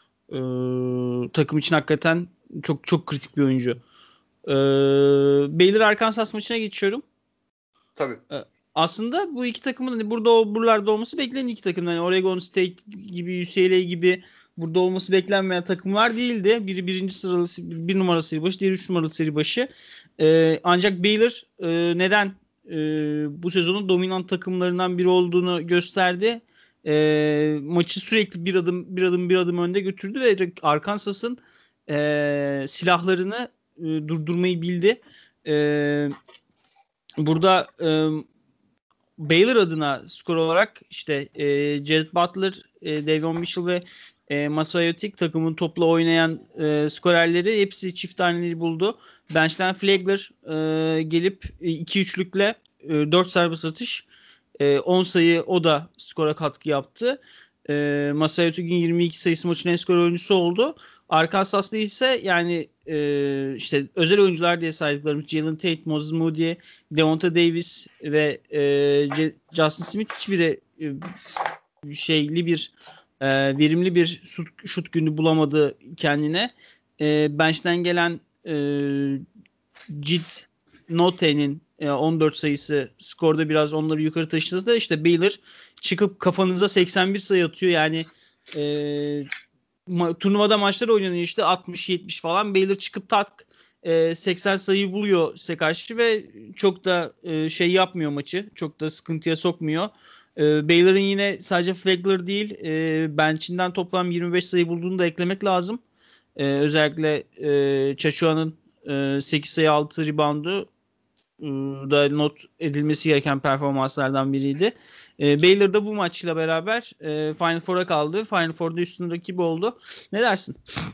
Ee, takım için hakikaten çok çok kritik bir oyuncu. Ee, Baylor Arkansas maçına geçiyorum. Tabii. Ee, aslında bu iki takımın hani burada buralarda olması beklenen iki takım. Yani Oregon State gibi, U C L A gibi burada olması beklenmeyen takımlar değildi. Biri birinci sıralı bir numaralı seri başı, diğeri üç numaralı seri başı. Ee, ancak Baylor e, neden e, bu sezonun dominant takımlarından biri olduğunu gösterdi. E, maçı sürekli bir adım bir adım bir adım önde götürdü ve Arkansas'ın e, silahlarını e, durdurmayı bildi. E, burada e, Baylor adına skor olarak işte e, Jared Butler, e, Davion Mitchell ve e, Masai Ujiri takımın topla oynayan e, skorerleri hepsi çift taneleri buldu. Bench'ten Flagler e, gelip iki üçlükle e, dört serbest atış, e, on sayı o da skora katkı yaptı. E, Masai Ujiri'nin yirmi iki sayısı maçın en skor oyuncusu oldu. Arkansas'ta ise yani e, işte özel oyuncular diye saydıklarımız Jalen Tate, Moses Moody, Devonta Davis ve e, Justin Smith hiçbiri e, şeyli bir E, verimli bir şut, şut günü bulamadı kendine. E, bench'ten gelen e, Cid Note'nin e, on dört sayısı skorda biraz onları yukarı taşıdı da işte Baylor çıkıp kafanıza seksen bir sayı atıyor. Yani e, ma- turnuvada maçlar oynanıyor işte altmış yetmiş falan. Baylor çıkıp tak e, seksen sayıyı buluyor size karşı ve çok da e, şey yapmıyor maçı. Çok da sıkıntıya sokmuyor. E, Baylor'ın yine sadece Flagler değil e, bench'inden toplam yirmi beş sayı bulduğunu da eklemek lazım. E, özellikle e, Chachua'nın e, sekiz sayı altı reboundu e, da not edilmesi gereken performanslardan biriydi. E, Baylor da bu maçla beraber e, Final Four'a kaldı. Final Four'da üstün rakibi oldu. Ne dersin?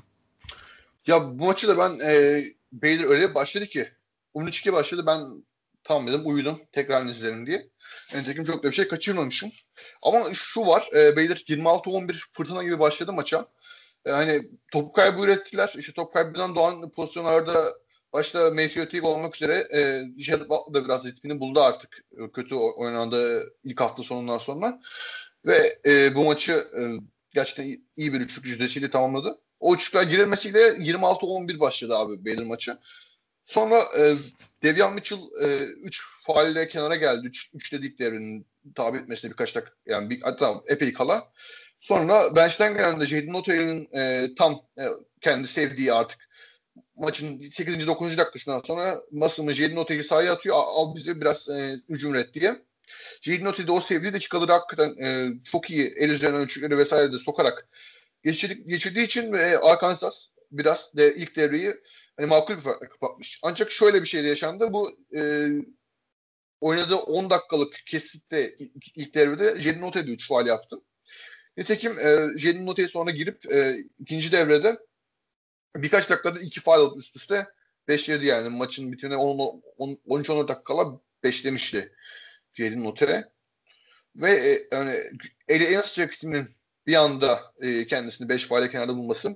Ya bu maçı da ben e, Baylor öyle başladı ki on üç iki başladı, ben tamam dedim, uyudum tekrar izlerim diye. Nitekim çok da bir şey kaçırmamışım. Ama şu var, e, Baylor yirmi altı on bir fırtına gibi başladı maça. E, hani topu kaybı ürettiler. İşte top kaybından doğan pozisyonlarda başta Maceo Teague olmak üzere e, Jared Butler da biraz ritmini buldu artık. E, kötü oynandığı ilk hafta sonundan sonra. Ve e, bu maçı e, gerçekten iyi bir üçlük yüzdesiyle tamamladı. O üçlükler girilmesiyle yirmi altı on bir başladı abi Baylor maçı. Sonra e, Devian Mitchell üç e, faulle kenara geldi. üç dedik devrenin tabi etmesine birkaç dakika, yani bir, hatta epey kala. Sonra bench'ten gelen de Jaden Notel'in e, tam e, kendi sevdiği artık maçın sekizinci dokuzuncu dakikasından sonra Masım'ı Jaden Notel'i sahaya atıyor. Al, al bize biraz e, hücum üret diye. Jaden Notel'i de o sevdiği dakikaları hakikaten e, çok iyi el üzerinden üçlükleri vesaire de sokarak geçirdik, geçirdiği için e, Arkansas biraz de ilk devreyi hani makul bir farkla kapatmış. Ancak şöyle bir şey de yaşandı. Bu e, oynadığı on dakikalık kesitte ilk, ilk devrede Jaden Note de üç faul yaptı. Nitekim e, Jaden Note'ye sonra girip e, ikinci devrede birkaç dakikada iki faul alıp üst üste beşledi yani. Maçın bitimine on üç on dört dakikala beşlemişti Jaden Note. Ve e, yani Eli Jackson'ın bir anda e, kendisini beş faale kenarda bulması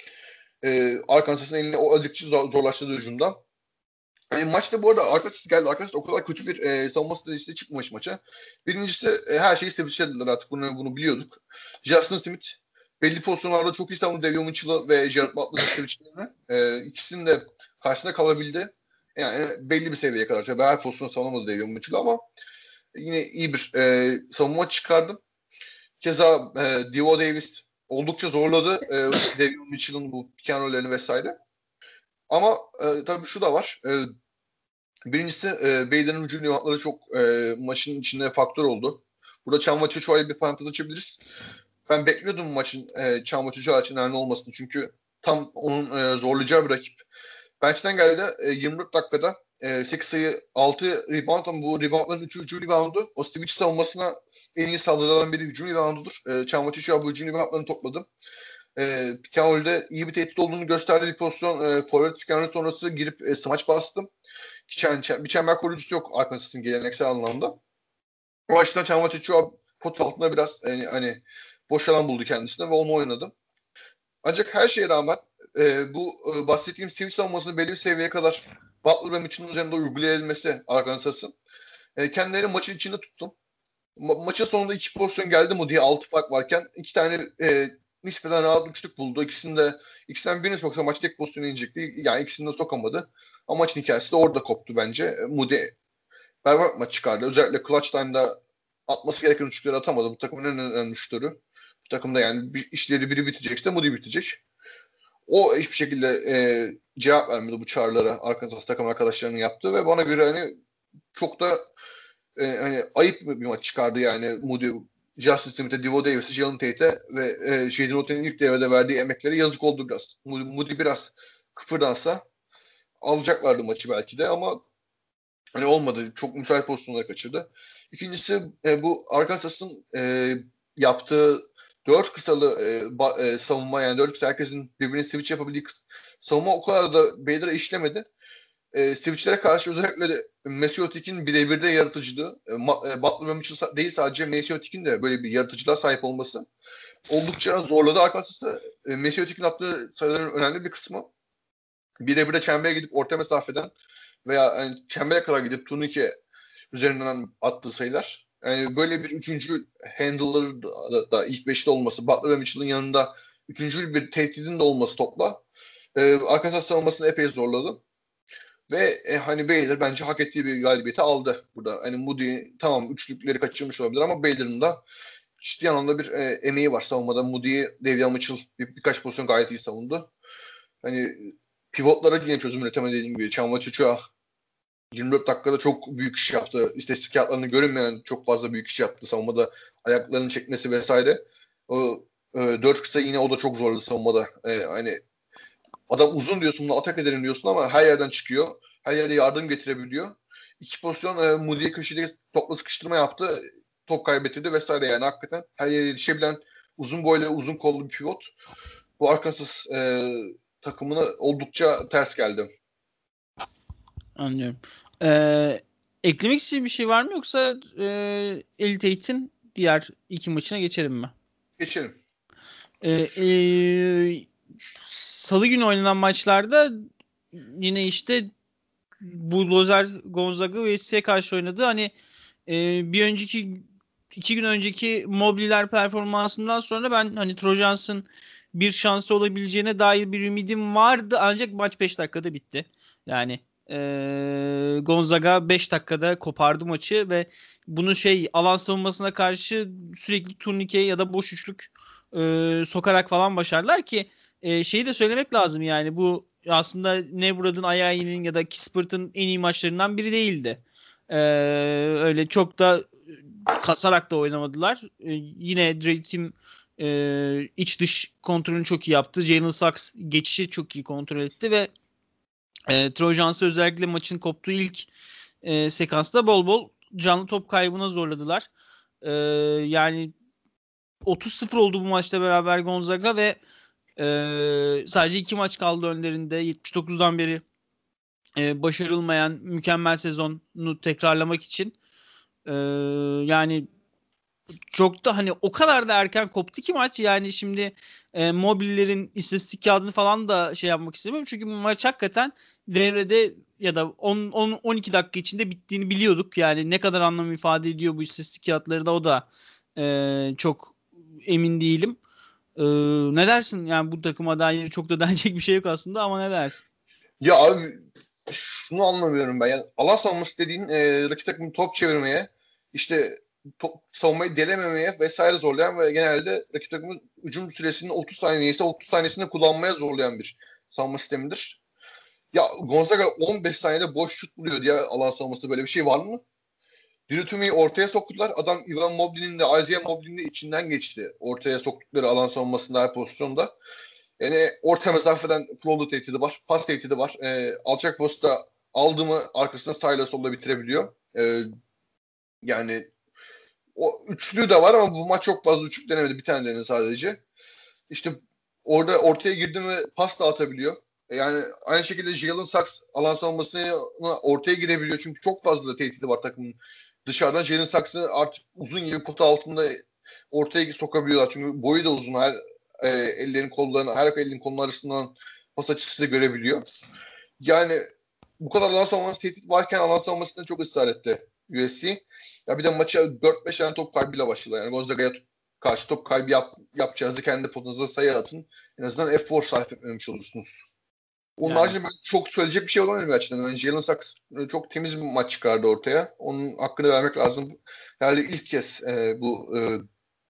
e, Arkansas'ın elini o azıcık zor, zorlaştırdı hücumda. Yani maçta bu arada Arkansas geldi. Arkansas o kadar kötü bir e, savunma stratejisi çıkmamış maça. Birincisi e, her şeyi switchlediler artık. Bunu, bunu biliyorduk. Justin Smith belli pozisyonlarda çok iyi savundu. Devon Mitchell'ı ve Jared Butler'ın switchlerini. E, ikisinin de karşısında kalabildi. Yani belli bir seviyeye kadar. Tabii her pozisyonu savunamadı Devon Mitchell ama yine iyi bir e, savunma çıkardı. Keza e, Divo Davis oldukça zorladı e, Devon Mitchell'ın bu pick and roll'lerini vesaire. Ama e, tabii şu da var. E, birincisi e, Baylor'ın hücum reboundları çok e, maçın içinde faktör oldu. Burada Çam Çuçua'ya bir parantez açabiliriz. Ben bekliyordum maçın e, Çam Çuçua için ne olmasını. Çünkü tam onun e, zorlayacağı bir rakip. Bench'ten geldi e, yirmi dört dakikada e, sekiz sayı altı rebound, ama bu reboundların üçü hücum reboundu. O switch savunmasına en iyi saldırılan biri hücum reboundudur. E, Çam Çuçua bu hücum reboundlarını topladı. E, pick and roll'de iyi bir tehdit olduğunu gösterdiği bir pozisyon. E, forward pick and roll sonrası girip e, smaç bastı. Bir çember koruyucusu yok Arkansas'ın geleneksel anlamda. O açıdan Çambaçı şu pot altında biraz yani, hani boş alan buldu kendisine ve onu oynadı. Ancak her şeye rağmen e, bu e, bahsettiğim switch savunmasını belli bir seviyeye kadar Butler ve Mitchell'ın üzerinde uygulayabilmesi Arkansas'ın e, kendileri maçın içinde tuttum. Ma- maçın sonunda iki pozisyon geldi mi diye altı fark varken iki tane e, nispeten rahat üçlük buldu. İkisinde ikisinden birini soksa maç tek pozisyona inecekti. Yani ikisini de sokamadı. Ama maçın hikayesi de orada koptu bence. Moody berbat maç çıkardı. Özellikle clutch time'da atması gereken üçlükleri atamadı. Bu takımın en önemli üçlükleri. Bu takımda yani bir, işleri biri bitecekse Moody bitecek. O hiçbir şekilde e, cevap vermedi bu çağrılara Arkansas takım arkadaşlarının yaptığı ve bana göre hani çok da e, hani ayıp bir maç çıkardı yani Moody, Justin Smith'e, Divo Davis'e, Jalen Tate'e ve e, Jaden Oten'in ilk devrede verdiği emeklere yazık oldu biraz. Moody, Moody biraz kıpırdansa alacaklardı maçı belki de ama hani olmadı. Çok müsait pozisyonları kaçırdı. İkincisi e, bu Arkansas'ın e, yaptığı dört kısalı e, ba, e, savunma, yani dört kısa herkesin birbirine switch yapabildiği kısa, savunma o kadar da Baylor'a işlemedi. E, switchlere karşı özellikle de Mesiotik'in birebir de yaratıcılığı, e, Ma, e, Butler ve Mitchell değil sadece Mesiotik'in de böyle bir yaratıcılığa sahip olması oldukça zorladı Arkansas'ı. E, Mesiotik'in attığı sayıların önemli bir kısmı birebir de çembere gidip orta mesafeden veya yani çembere kadar gidip turnike üzerinden attığı sayılar. Yani böyle bir üçüncü handle'ları da, da ilk beşte olması, Butler ve Mitchell'ın yanında üçüncü bir tehdidin de olması topla e, Arkansas savunmasını epey zorladı. Ve e, hani Baylor bence hak ettiği bir galibiyeti aldı burada. Hani Moody tamam üçlükleri kaçırmış olabilir ama Baylor'ın da ciddi anlamda bir e, emeği var savunmada. Moody, Davion Mitchell bir, birkaç pozisyon gayet iyi savundu. Hani pivotlara yine çözüm üretemedi dediğim gibi. Çamva Çuçua yirmi dört dakikada çok büyük iş yaptı. İstatistik kağıtlarını görünmeyen çok fazla büyük iş yaptı. Savunmada ayaklarını çekmesi vesaire. O e, dört kısa yine o da çok zorlu savunmada. E, hani adam uzun diyorsun, bunu atak ederim diyorsun ama her yerden çıkıyor. Her yerde yardım getirebiliyor. İki pozisyon e, Moody'ye köşede topla sıkıştırma yaptı. Top kaybettirdi vesaire yani hakikaten her yere yetişebilen uzun boylu, uzun kollu bir pivot. Bu Arkansas e, takımına oldukça ters geldi. Anlıyorum. Ee, eklemek istediğin bir şey var mı yoksa e, Elite Eight'in diğer iki maçına geçelim mi? Geçelim. Ee, e, Salı günü oynanan maçlarda yine işte bu Lozer Gonzaga U S C'ye karşı oynadı. Hani e, bir önceki iki gün önceki Mobley'ler performansından sonra ben hani Trojans'ın bir şansı olabileceğine dair bir ümidim vardı. Ancak maç beş dakikada bitti. Yani e, Gonzaga beş dakikada kopardı maçı ve bunu şey alan savunmasına karşı sürekli turnike ya da boş üçlük e, sokarak falan başardılar ki e, şeyi de söylemek lazım yani bu aslında Nebrad'ın, Ayayi'nin ya da Kispert'ın en iyi maçlarından biri değildi. Ee, öyle çok da kasarak da oynamadılar. Ee, yine Dre Team e, iç dış kontrolünü çok iyi yaptı. Jalen Sachs geçişi çok iyi kontrol etti ve e, Trojans'ı özellikle maçın koptuğu ilk e, sekansta bol bol canlı top kaybına zorladılar. E, yani otuz sıfır oldu bu maçla beraber Gonzaga ve e, sadece iki maç kaldı önlerinde. yetmiş dokuzdan beri e, başarılmayan mükemmel sezonu tekrarlamak için. E, yani çok da hani o kadar da erken koptu ki maç. Yani şimdi e, Mobile'lerin istatistik kağıdını falan da şey yapmak istemiyorum. Çünkü bu maç hakikaten devrede ya da on on iki dakika içinde bittiğini biliyorduk. Yani ne kadar anlam ifade ediyor bu istatistik kağıtları da o da e, çok emin değilim. E, ne dersin? Yani bu takıma dair çok da denecek bir şey yok aslında ama ne dersin? Ya abi şunu anlamıyorum ben. Yani alan savunması dediğin e, rakip takımı top çevirmeye, işte top, savunmayı delememeye vesaire zorlayan ve genelde rakip takımın hücum süresinin otuz saniye ise otuz saniyesinde kullanmaya zorlayan bir savunma sistemidir. Ya Gonzaga on beş saniyede boş şut buluyor diye alan savunması, böyle bir şey var mı? Dirutumi'yi ortaya soktular. Adam Ivan Mobley'nin de Isaiah Mobley'nin de içinden geçti. Ortaya soktukları alan savunmasında her pozisyonda. Yani orta mesafeden flow tehdidi var. Pas tehdidi var. E, alçak posta aldı mı arkasına sağıyla solla bitirebiliyor. E, yani o üçlü de var ama bu maç çok fazla üçlük denemedi. Bir tane denedi sadece. İşte orada ortaya girdi mi pas da atabiliyor. E, yani aynı şekilde Jalen Sachs alan savunmasına ortaya girebiliyor. Çünkü çok fazla tehdidi var takımın. Dışarıdan Jalen Sachs'ı artık uzun gibi pota altında ortaya sokabiliyorlar. Çünkü boyu da uzun. Her e, ellerin kollarını, her elin kolunun arasından pas açısı da görebiliyor. Yani bu kadar alan savunması tehdit varken alan savunmasından çok ısrar etti U S C. Ya bir de maça dört beş tane top kaybıyla başladı. Yani Gonzaga'ya karşı top kaybı yap, yapacağınızı kendi potanıza sayı atın. En azından efor sarf etmemiş olursunuz. Onun Yani haricinde çok söyleyecek bir şey olamıyor gerçekten. Yani Jalen Sachs çok temiz bir maç çıkardı ortaya. Onun hakkını vermek lazım. Yani ilk kez e, bu e,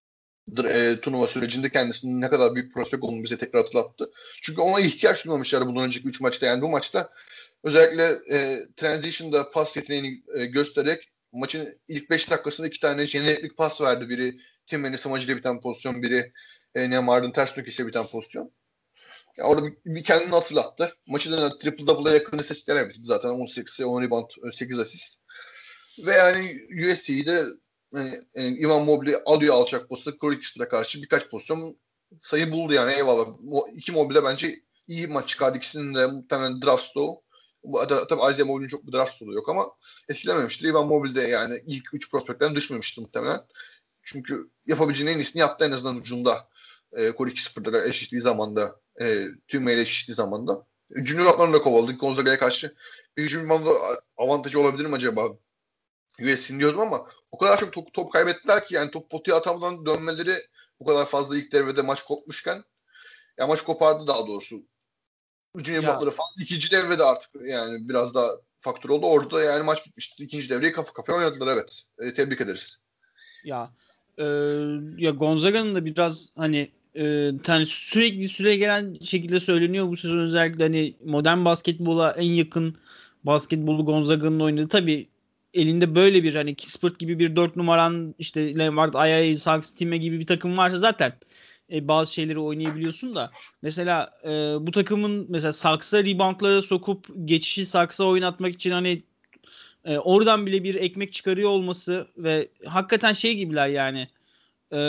e, turnuva sürecinde kendisinin ne kadar büyük prospekt olduğunu bize tekrar hatırlattı. Çünkü ona ihtiyaç duymamışlar bundan önceki üç maçta. Yani bu maçta özellikle e, transition'da pas yeteneğini e, göstererek maçın ilk beş dakikasında iki tane jeneriklik pas verdi. Biri Tim Menes'e ile biten pozisyon, biri e, Neymar'ın ters nökesiyle biten pozisyon. Yani orada bir, bir kendini hatırlattı. Maçı da triple double'a yakın istatistikler bitirdi zaten. on sekiz, on rebound, sekiz asist. Ve yani U S C'yi de yani, yani Ivan Mobley alıyor alçak posta. Corey Kispert'e karşı birkaç pozisyon sayı buldu yani, eyvallah. O iki Mobley bence iyi maç çıkardı. İkisinin de muhtemelen draft stoğu. Tabii Isaiah Mobley'in çok bir draft stoğu yok ama etkilememiştir. Ivan Mobley de yani ilk üç prospektten düşmemiştir muhtemelen. Çünkü yapabileceğinin en iyisini yaptı en azından ucunda. E, Corey Kispert'e eşitliği zamanda, e, tümmeyle eşitliği zamanda. Junior atlarını da kovaladı. Gonzaga'ya karşı bir hücum avantajı olabilir mi acaba? U S C'nin diyordum ama o kadar çok top, top kaybettiler ki yani top potaya atamadan dönmeleri bu kadar fazla ilk devrede maç kopmuşken ya maç kopardı daha doğrusu. Jimmy Ya Butler'ı falan ikinci devrede artık yani biraz daha faktör oldu. Orada yani maç bitmişti. İkinci devreyi kafa kafaya oynadılar evet. E, tebrik ederiz. ya e, ya Gonzaga'nın da biraz hani e, yani sürekli süre gelen şekilde söyleniyor bu sezon, özellikle hani modern basketbola en yakın basketbolu Gonzaga'nın oynadığı. Tabii elinde böyle bir hani Kispert gibi bir dört numaran, işte Leonard Ayay, Suggs, Time gibi bir takım varsa zaten e, bazı şeyleri oynayabiliyorsun da mesela e, bu takımın mesela Suggs'a reboundlara sokup geçişi Suggs'a oynatmak için hani e, oradan bile bir ekmek çıkarıyor olması ve hakikaten şey gibiler yani, e,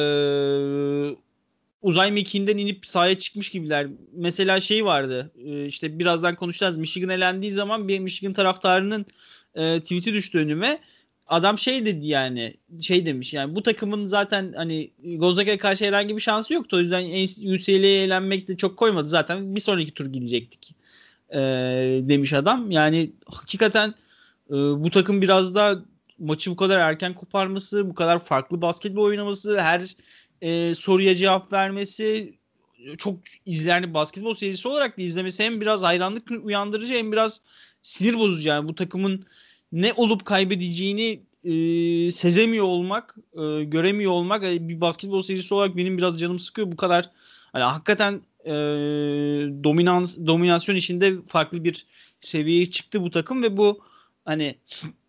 uzay mekiğinden inip sahaya çıkmış gibiler. Mesela şey vardı, e, işte birazdan konuşacağız. Michigan elendiği zaman bir Michigan taraftarının e, tweet'i düştü önüme. Adam şey dedi, yani şey demiş, yani bu takımın zaten hani Gonzaga'ya karşı herhangi bir şansı yoktu. O yüzden U C L A'ye elenmek de çok koymadı. Zaten bir sonraki tur gidecektik e, demiş adam. Yani hakikaten ee, bu takım biraz da maçı bu kadar erken koparması, bu kadar farklı basketbol oynaması, her e, soruya cevap vermesi, çok izleyen basketbol serisi olarak da izlemesi hem biraz hayranlık uyandırıcı hem biraz sinir bozucu. Yani bu takımın ne olup kaybedeceğini e, sezemiyor olmak, e, göremiyor olmak, e, bir basketbol serisi olarak benim biraz canım sıkıyor. Bu kadar hani hakikaten e, dominans dominasyon işinde farklı bir seviyeye çıktı bu takım ve bu hani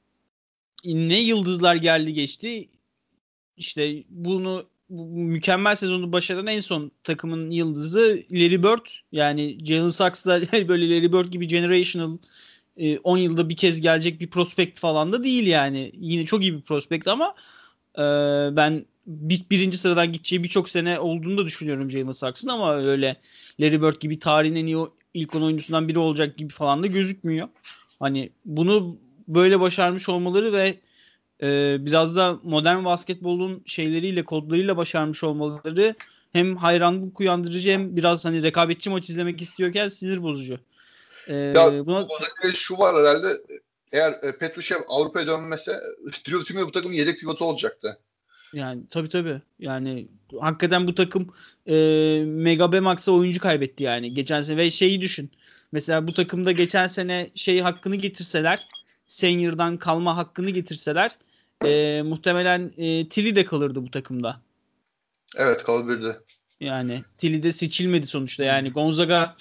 ne yıldızlar geldi geçti. İşte bunu, bu mükemmel sezonu başaran en son takımın yıldızı Larry Bird. Yani Jalen Suggs da böyle Larry Bird gibi generational, e, on yılda bir kez gelecek bir prospekt falan da değil yani. Yine çok iyi bir prospekt ama e, ben bir, birinci sıradan gideceği birçok sene olduğunu da düşünüyorum Jalen Suggs'ın, ama öyle Larry Bird gibi tarihin en iyi ilk on oyuncusundan biri olacak gibi falan da gözükmüyor. Hani bunu böyle başarmış olmaları ve e, biraz da modern basketbolun şeyleriyle, kodlarıyla başarmış olmaları hem hayranlık uyandırıcı hem biraz hani rekabetçi maç izlemek istiyorken sinir bozucu. E, Ya buna bu şu var herhalde eğer e, Petrushev Avrupa'ya dönmese Drew Timmy bu takımın yedek pivotu olacaktı. yani tabii tabii yani hakikaten bu takım e, Mega Bemax'a oyuncu kaybetti yani geçen sene. Ve şeyi düşün, mesela bu takımda geçen sene şey hakkını getirseler, senior'dan kalma hakkını getirseler, e, muhtemelen e, Tilly de kalırdı bu takımda. Evet kalabilirdi. Yani Tilly de seçilmedi sonuçta. Yani Gonzaga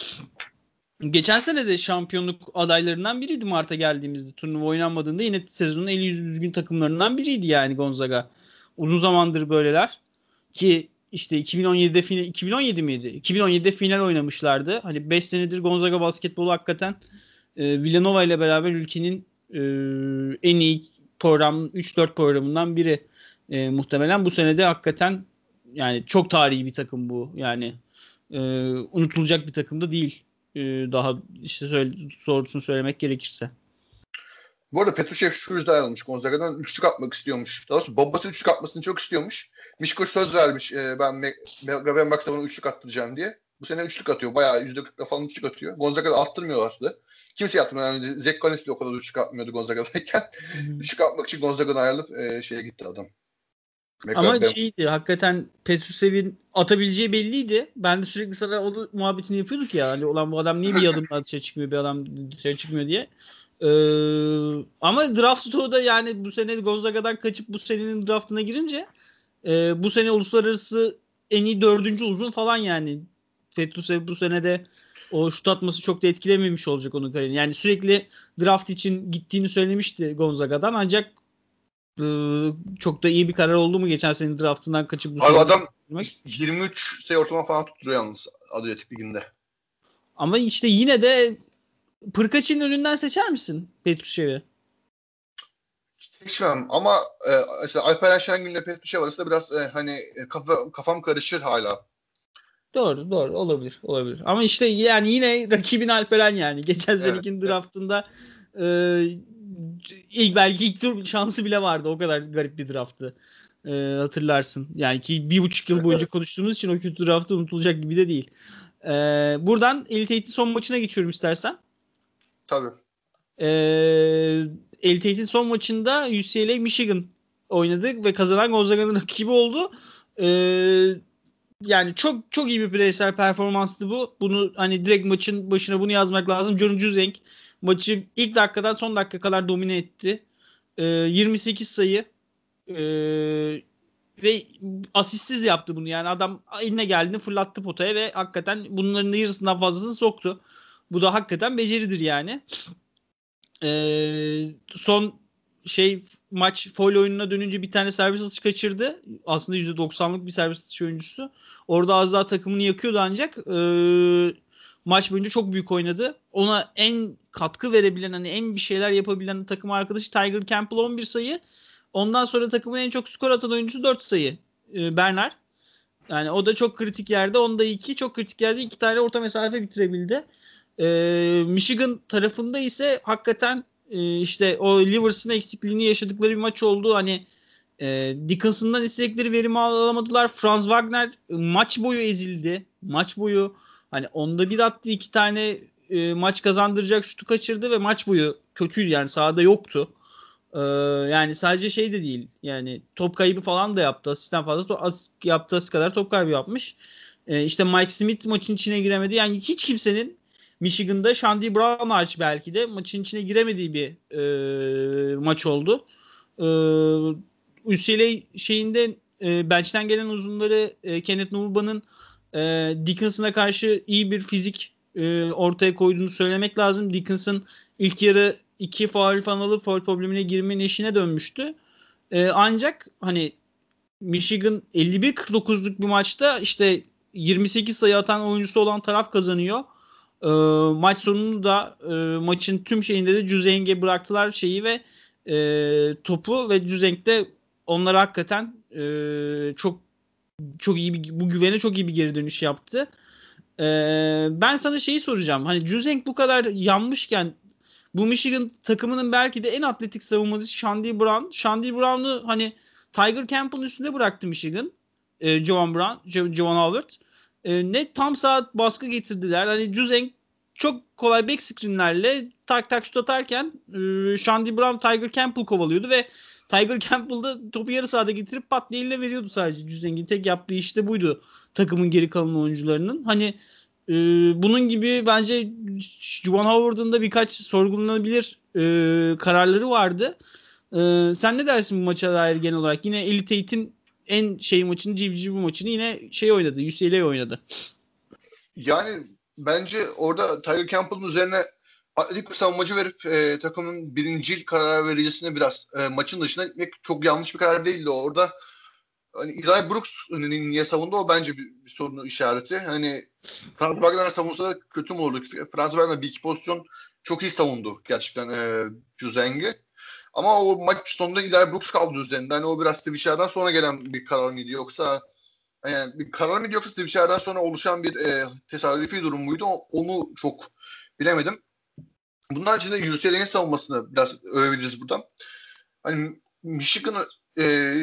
geçen sene de şampiyonluk adaylarından biriydi Mart'a geldiğimizde. Turnuva oynanmadığında yine sezonun en iyi düzgün takımlarından biriydi yani Gonzaga. Uzun zamandır böyleler. Ki işte iki bin on yedide final, iki bin on yedi miydi? iki bin on yedide final oynamışlardı. Hani beş senedir Gonzaga basketbolu hakikaten e, Villanova ile beraber ülkenin e, en iyi program, üç dört programından biri. E, muhtemelen bu sene de hakikaten yani çok tarihi bir takım bu. Yani e, unutulacak bir takım da değil. E, daha işte söyle, doğrusunu söylemek gerekirse. Bu arada Petrushev şu yüzden ayrılmış Gonzaga'dan. Üçlük atmak istiyormuş. Daha doğrusu babası üçlük atmasını çok istiyormuş. Mişko söz vermiş. E, ben Gabriel Max'a bunu üçlük attıracağım diye. Bu sene üçlük atıyor. Bayağı yüzde kırkla falan üçlük atıyor. Gonzaga'da attırmıyorlardı. Kimse atmıyor. Yani Zach Collins bile o kadar üçlük atmıyordu Gonzaga'dayken. Hı hı. Üçlük atmak için Gonzaga'dan ayrılıp e, şeye gitti adam. Ama Mega şeydi hakikaten, Petrusev'in atabileceği belliydi. Ben de sürekli sana o muhabbetini yapıyorduk ya. Hani olan bu adam niye bir adım dışarı çıkmıyor, bir adam dışarı çıkmıyor diye. Ee, ama draft stoğu yani bu sene Gonzaga'dan kaçıp bu senenin draftına girince e, bu sene uluslararası en iyi dördüncü uzun falan yani. Petrusev bu sene de o şut atması çok da etkilememiş olacak onun kariyerini. Yani sürekli draft için gittiğini söylemişti Gonzaga'dan, ancak ee, çok da iyi bir karar oldu mu geçen senenin draftından kaçıp bu Abi sene adam girmek? yirmi üç sayı ortalama falan tutturuyor yalnız Adriyatik Ligi'nde. Ama işte yine de Pırkaç'ın önünden seçer misin Petrushev'i? Seçmem ama e, mesela Alperen Şengün'le Petrushev arasında biraz e, hani e, kafa, kafam karışır hala. Doğru doğru, olabilir olabilir. Ama işte yani yine rakibin Alperen yani. Geçen Evet. senekinin draftında e, ilk belki ilk tur şansı bile vardı. O kadar garip bir drafttı. E, hatırlarsın. Yani ki bir buçuk yıl Evet, boyunca evet. konuştuğumuz için o kötü draftı unutulacak gibi de değil. E, buradan Elite Eight'in son maçına geçiyorum istersen. Tabii. Ee, Elite eight'in son maçında U C L A Michigan oynadık ve kazanan Gonzaga'nın rakibi oldu. Ee, yani çok çok iyi bir bireysel performanstı bu. Bunu hani direkt maçın başına bunu yazmak lazım. John Juzeng maçı ilk dakikadan son dakika kadar domine etti. Ee, yirmi sekiz sayı ee, ve asistsiz yaptı bunu. Yani adam eline geldiğinde fırlattı potaya ve hakikaten bunların yarısından fazlasını soktu. Bu da hakikaten beceridir yani. Ee, son şey maç foul oyununa dönünce bir tane servis atışı kaçırdı. Aslında yüzde doksanlık bir servis atışı oyuncusu. Orada az daha takımını yakıyordu ancak e, maç boyunca çok büyük oynadı. Ona en katkı verebilen, hani en bir şeyler yapabilen takım arkadaşı Tiger Campbell on bir sayı. Ondan sonra takımın en çok skor atan oyuncusu dört sayı. E, Bernard. Yani o da çok kritik yerde. Onda iki, çok kritik yerde iki tane orta mesafe bitirebildi. Ee, Michigan tarafında ise hakikaten e, işte o Livers'ın eksikliğini yaşadıkları bir maç oldu. Hani e, Dickinson'dan istedikleri verimi alamadılar. Franz Wagner e, maç boyu ezildi. Maç boyu hani onda bir attı, iki tane e, maç kazandıracak şutu kaçırdı ve maç boyu kötüydü, yani sahada yoktu. Ee, yani sadece şey de değil. Yani top kaybı falan da yaptı. Asistten fazla to- as- yaptığı asist kadar top kaybı yapmış. Ee, işte Mike Smith maçın içine giremedi. Yani hiç kimsenin Michigan'da Shandy Brown hariç belki de maçın içine giremediği bir e, maç oldu. Ee, U C L A şeyinde e, bench'ten gelen uzunları e, Kenneth Nwuba'nın e, Dickinson'a karşı iyi bir fizik e, ortaya koyduğunu söylemek lazım. Dickinson ilk yarı iki faul falan alıp faul problemine girmenin eşine dönmüştü. E, ancak hani Michigan elli bir kırk dokuzluk bir maçta işte yirmi sekiz sayı atan oyuncusu olan taraf kazanıyor. E, maç sonunu da e, maçın tüm şeyinde de Juzeng'e bıraktılar şeyi ve e, topu ve Juzeng de onlara hakikaten e, çok çok iyi bir, bu güvene çok iyi bir geri dönüş yaptı. E, ben sana şeyi soracağım. Hani Juzeng bu kadar yanmışken bu Michigan takımının belki de en atletik savunmacısı Shandy Brown. Shandy Brown'u hani Tiger Campbell'ın üstünde bıraktı Michigan. E, Jovan Brown, jo- Jovan Howard. E, ne tam saat baskı getirdiler. Hani Juzeng çok kolay back screenlerle tak tak şut atarken e, Shandy Brown Tiger Campbell kovalıyordu ve Tiger Campbell da topu yarı sahada getirip pat diye eline veriyordu sadece. Juzeng'in tek yaptığı iş de buydu takımın geri kalan oyuncularının. Hani ee, bunun gibi bence Juwan Howard'ın da birkaç sorgulanabilir e, kararları vardı. Ee, sen ne dersin bu maça dair genel olarak? Yine Elite eight'in en şey maçını, civciv maçını yine şey oynadı. U C L A oynadı. Yani bence orada Tiger Campbell'ın üzerine atletik bir savunmacı verip e, takımın birincil karar vericisine biraz e, maçın dışına gitmek çok yanlış bir karar değildi. Orada hani Eli Brooks niye savundu, o bence bir, bir sorunu işareti. Hani Franz Wagner savunsa da kötü mü olurdu? Franz Wagner bir iki pozisyon çok iyi savundu gerçekten e, Juzeng'i. Ama o maç sonunda Eli Brooks kaldı üzerinde. Hani o biraz Switcher'dan sonra gelen bir karar mıydı yoksa yani bir karar mıydı yoksa Switcher'dan sonra oluşan bir e, tesadüfi durum muydu? Onu çok bilemedim. Bunun haricinde U C L A'nin savunmasını biraz övebiliriz buradan. Hani Michigan'ı e,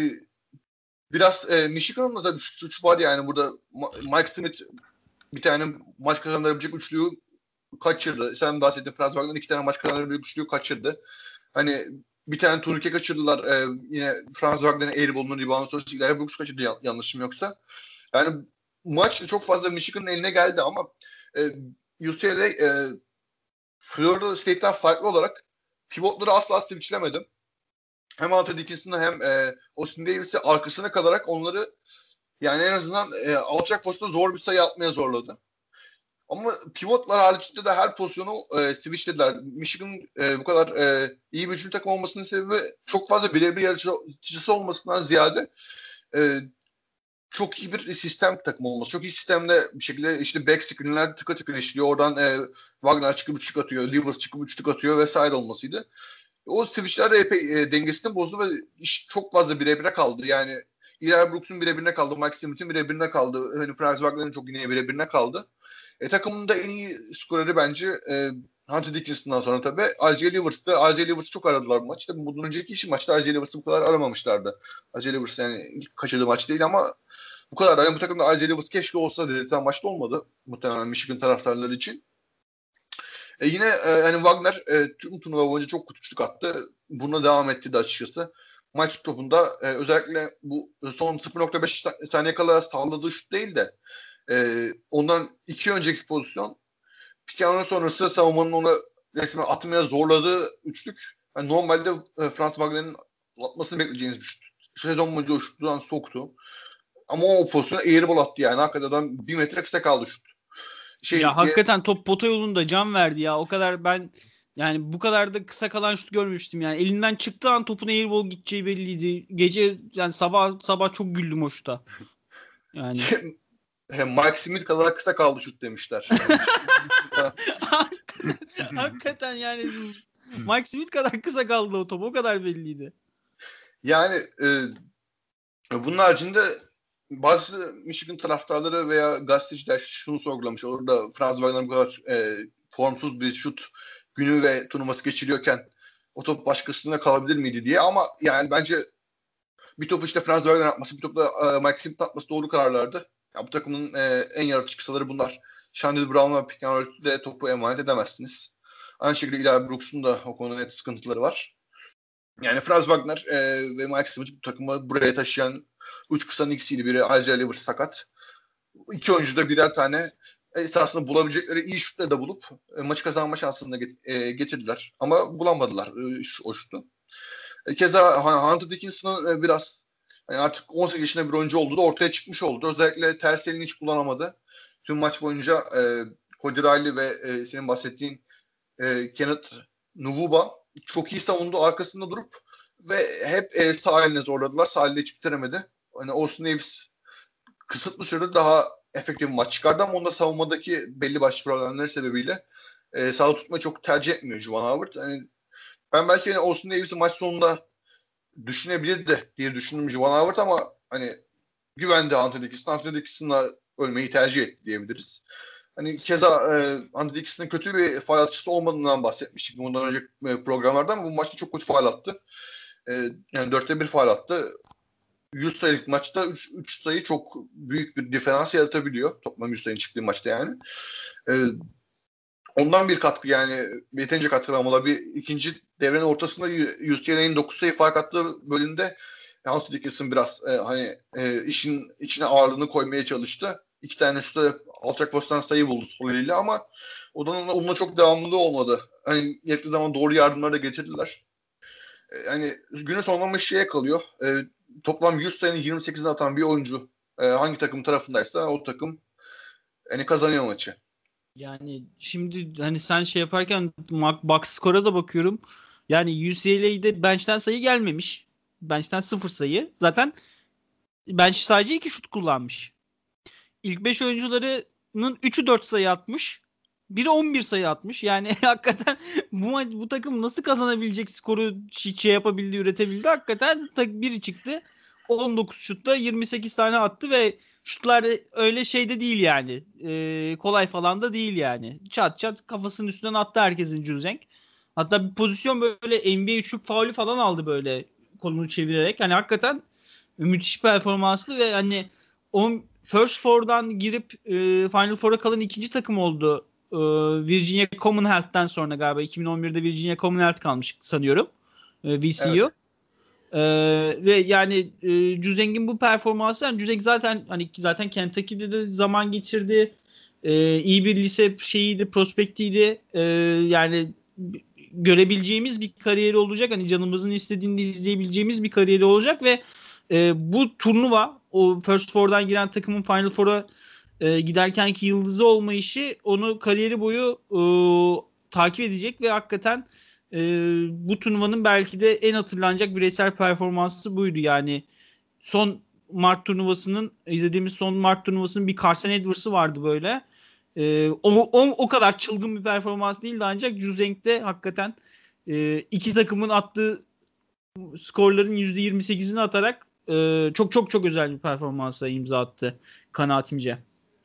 biraz e, Michigan'ın da bir suç var yani burada. Mike Smith bir tane maç kazanabilecek üçlüyü kaçırdı. Sen bahsettin, Franz Wagner iki tane maç kazanabilecek üçlüyü kaçırdı. Hani bir tane turnike kaçırdılar. E, yine Franz Wagner'in airball'unun reboundu sonrası Eli Brooks kaçırdı yan, yanlışım yoksa. Yani maç çok fazla Michigan'ın eline geldi ama e, U C L A e, Florida State'den farklı olarak pivotları asla switchlemedi. Hem Hunter Dickinson'ı hem e, Austin Davis'i arkasına kalarak onları yani en azından e, alçak pozisyonda zor bir sayı atmaya zorladı. Ama pivotlar haricinde de her pozisyonu e, switchlediler. Michigan e, bu kadar e, iyi bir hücum takım olmasının sebebi çok fazla birebir yaratıcısı olmasından ziyade e, çok iyi bir sistem takım olması. Çok iyi sistemde bir şekilde işte back screen'ler tıka tıka işliyor. Oradan e, Wagner çıkıp üçlük atıyor, Livers çıkıp üçlük atıyor vesaire olmasıydı. O switchler epey e, dengesini bozdu ve iş çok fazla birebire kaldı. Yani Eli Brooks'un birebirine kaldı, Mike Smith'in birebirine kaldı, hani Franz Wagner'ın çok yine birebirine kaldı. E, takımın da en iyi skoreri bence e, Hunter Dickinson'dan sonra tabii R J Livers'tı. R J Livers'ı çok aradılar bu maç. Tabii bundan önceki işi maçta R J Livers'ı bu kadar aramamışlardı. R J Livers yani ilk kaçırdığı maç değil ama bu kadar. Yani bu takımda R J Livers keşke olsa dedirten maçta olmadı. Muhtemelen Michigan taraftarları için. E yine e, yani Wagner e, tüm turnuva boyunca çok kötü üçlük attı. buna devam etti de açıkçası. Maç topunda e, özellikle bu son sıfır nokta beş saniye kala sağladığı şut değil de e, ondan iki önceki pozisyon Piken'in sonrası savunmanın ona resmen atmaya zorladığı üçlük. Yani normalde e, Franz Wagner'in atmasını bekleyeceğiniz bir şut. Sezon boyunca o şuttan soktu. Ama o pozisyona airball attı yani. Hakikaten bir metre kısa kaldı şut. Şey, ya hakikaten top pota yolunda can verdi ya. O kadar ben yani bu kadar da kısa kalan şut görmemiştim yani. Elinden çıktığı an topun airball gideceği belliydi. Gece yani sabah sabah çok güldüm o şuta. Yani Mike Smith kadar kısa kaldı şut demişler. hakikaten yani Mike Smith kadar kısa kaldı o top. O kadar belliydi. Yani e, bunun haricinde bazı Michigan taraftarları veya gazeteciler şunu sorgulamış. Orada Franz Wagner bu kadar e, formsuz bir şut günü ve turnuvası geçiriyorken o top başkasına kalabilir miydi diye. Ama yani bence bir topu işte Franz Wagner atması, bir topu da e, Mike Smith atması doğru kararlardı. Ya bu takımın e, en yaratıcı kısaları bunlar. Chandler Brown ve Pick-and-Roll'de topu emanet edemezsiniz. Aynı şekilde Eli Brooks'un da o konuda net sıkıntıları var. Yani Franz Wagner e, ve Mike Smith bu takımı buraya taşıyan üç kısanın ikisiydi. Biri Isaiah Livers sakat. İki oyuncu da birer tane esasında bulabilecekleri iyi şutları da bulup e, maçı kazanma şansını da get- e, getirdiler. Ama bulamadılar e, şu, o şutu. E, keza Hunter Dickinson'ın e, biraz yani artık on sekiz yaşında bir oyuncu olduğu da ortaya çıkmış oldu. Özellikle ters elini hiç kullanamadı. Tüm maç boyunca e, Cody Riley ve e, senin bahsettiğin e, Kenneth Nwuba çok iyi savundu arkasında durup ve hep e, sağ eline zorladılar. Sağ eline hiç bitiremedi. Hani Austin Davis kısıtlı sürede daha efektif bir maç çıkardı ama onda savunmadaki belli başlı problemler sebebiyle e, sağ tutmayı çok tercih etmiyor Juwan Howard. Yani ben belki hani Austin Davis'i maç sonunda düşünebilirdi diye düşündüm Juwan Howard ama hani güvendi Anthony Dickinson. Anthony Dickinson'la ölmeyi tercih etti diyebiliriz. Hani keza e, Anthony Dickinson'ın kötü bir faal atışçısı olmadığından bahsetmiştik bundan önceki e, programlarda ama bu maçta çok kötü faal attı. E, yani dörtte bir faal attı. yüz sayılık maçta üç sayı çok büyük bir diferans yaratabiliyor. Toplam yüz sayının çıktığı maçta yani. E, ondan bir katkı yani yeterince katkı almalı. Bir ikinci devrenin ortasında U C L A'nın dokuz sayı fark attığı bölümde Anthony Dickinson biraz e, hani e, işin içine ağırlığını koymaya çalıştı. İki tane şurada alçak postan sayı buldu sol eliyle ama onunla, onunla çok devamlılığı olmadı. Hani gerekli zaman doğru yardımları da getirdiler. E, yani günün sonunda şeye kalıyor. E, toplam yüz sayının yirmi sekizini atan bir oyuncu e, hangi takım tarafındaysa o takım yani kazanıyor maçı. Yani şimdi hani sen şey yaparken box score'a da bakıyorum. Yani U C L A'de bench'ten sayı gelmemiş. Bench'ten sıfır sayı. Zaten bench sadece iki şut kullanmış. İlk beş oyuncularının üçü dört sayı atmış. Biri on bir sayı atmış. Yani hakikaten bu maç bu takım nasıl kazanabilecek skoru şey yapabildi, üretebildi. Hakikaten biri çıktı. on dokuz şutta yirmi sekiz tane attı ve şutlar öyle şeyde değil yani. Ee, kolay falan da değil yani. Çat çat kafasının üstünden attı herkesin Cüzenk. Hatta bir pozisyon böyle N B A üçlük faulü falan aldı böyle kolunu çevirerek. Hani hakikaten müthiş performanslı ve hani on First Four'dan girip e, Final Four'a kalan ikinci takım oldu. E, Virginia Commonwealth'ten sonra galiba iki bin on birde Virginia Commonwealth kalmış sanıyorum. E, V C U. Evet. E, ve yani e, Cüzeng'in bu performansı yani Cüzeng zaten hani zaten Kentucky'de de zaman geçirdi. E, iyi bir lise şeyiydi, prospektiydi. E, yani görebileceğimiz bir kariyeri olacak. Hani canımızın istediğini izleyebileceğimiz bir kariyeri olacak ve e, bu turnuva o First Four'dan giren takımın Final Four'a e, giderkenki yıldızı olma işi onu kariyeri boyu e, takip edecek ve hakikaten e, bu turnuvanın belki de en hatırlanacak bireysel performansı buydu. Yani son Mart turnuvasının izlediğimiz son Mart turnuvasının bir Carson Edwards'ı vardı böyle. E, o, o, o kadar çılgın bir performans değildi ancak Juzenk'te hakikaten e, iki takımın attığı skorların yüzde yirmi sekizini atarak e, çok çok çok özel bir performansa imza attı kanaatimce.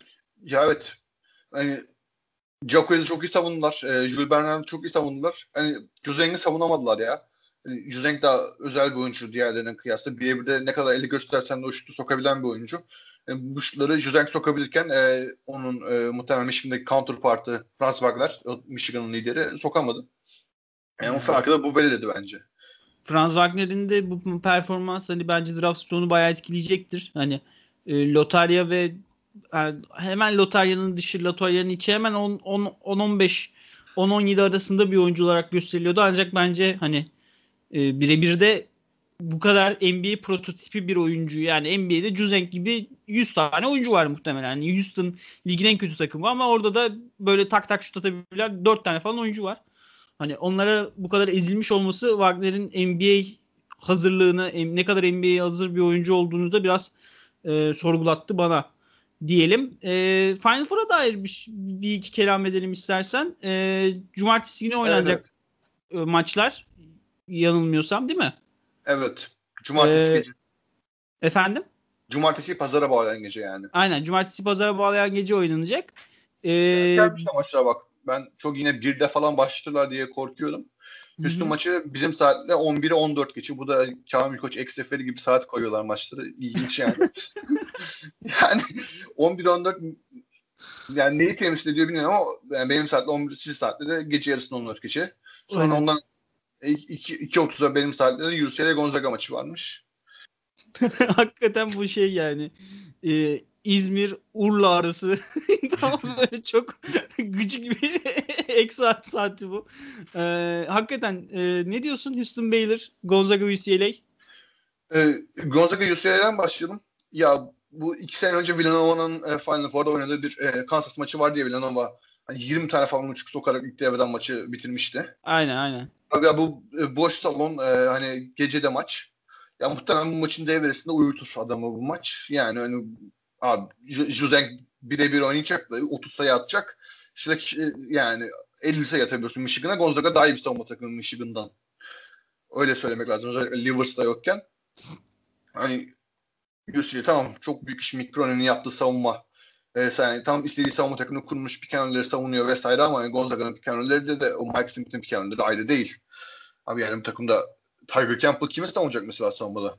Ya evet. Hani Djokovic'i çok iyi savundular. E, Jules Bernard'ı çok iyi savundular. Hani Juzeng'i savunamadılar ya. Yani Juzeng daha özel bir oyuncu diğerlerine kıyasla. Birebir ne kadar eli göstersen de o şutu sokabilen bir oyuncu. Yani bu şutları Juzeng sokabilirken e, onun e, muhtemelen Michigan'daki counterpart'ı Franz Wagner, Michigan'ın lideri sokamadı. Yani o farkı da bu belirledi bence. Franz Wagner'in de bu performans hani bence draft stoğunu bayağı etkileyecektir. Hani e, lotarya ve yani hemen lotaryanın dışı, lotaryanın içi hemen on on beş on on yedi arasında bir oyuncu olarak gösteriliyordu. Ancak bence hani e, birebir de bu kadar N B A prototipi bir oyuncu, yani N B A'de Juzeng gibi yüz tane oyuncu var muhtemelen. Yani Houston ligin en kötü takımı ama orada da böyle tak tak şut atabilen dört tane falan oyuncu var. Hani onlara bu kadar ezilmiş olması Wagner'in N B A hazırlığını, ne kadar N B A'ye hazır bir oyuncu olduğunu da biraz e, sorgulattı bana diyelim. E, Final Four'a dair bir, bir iki kelam edelim istersen. E, Cumartesi günü oynanacak evet. e, maçlar yanılmıyorsam değil mi? Evet. Cumartesi e, gece. Efendim? Cumartesi pazara bağlayan gece yani. Aynen. Cumartesi pazara bağlayan gece oynanacak. E, Gelmiş maçlara bak. Ben çok yine birde falan başlarlar diye korkuyordum. Houston maçı bizim saatle on bire on dört geçiyor. Bu da Kamil Koç ek seferi gibi saat koyuyorlar maçları. İlginç yani. Yani on bir on dört yani neyi temsil ediyor bilmiyorum ama yani benim saatle on bir saatte de gece yarısında on dört geçe. Sonra aynen. Ondan iki otuzda benim saatte de U C L A Gonzaga maçı varmış. Hakikaten bu şey yani e, İzmir Urla arası böyle çok gıcık bir ek saat saati bu. E, hakikaten e, ne diyorsun Houston Baylor Gonzaga U C L A? E, Gonzaga U C L A'dan başlayalım. Ya bu iki sene önce Villanova'nın e, Final Four'da oynadığı bir e, Kansas maçı var diye Villanova hani yirmi tane falan uçuk sokarak ilk devreden maçı bitirmişti. Aynen aynen. Abi ya bu e, boş salon e, hani gecede maç. Ya muhtemelen bu maçın devresinde uyutur adamı bu maç. Yani hani abi Juzeng birebir oynayacak da otuz sayı atacak. İşte e, yani elli sayı atabiliyorsun Michigan'a. Gonzaga daha iyi bir savunma takımı Michigan'dan. Öyle söylemek lazım. Özellikle Livers'da yokken. Hani U C L A tamam çok büyük iş Mikrone'nin yaptığı savunma. E, yani tam istediği savunma takımını kurmuş pick and roll'leri savunuyor vesaire ama yani Gonzaga'nın pick and roll'leri de, de o Mike Smith'in pick and roll'leri ayrı değil. Abi yani bu takımda Tiger Campbell kime savunacak mesela savunmada?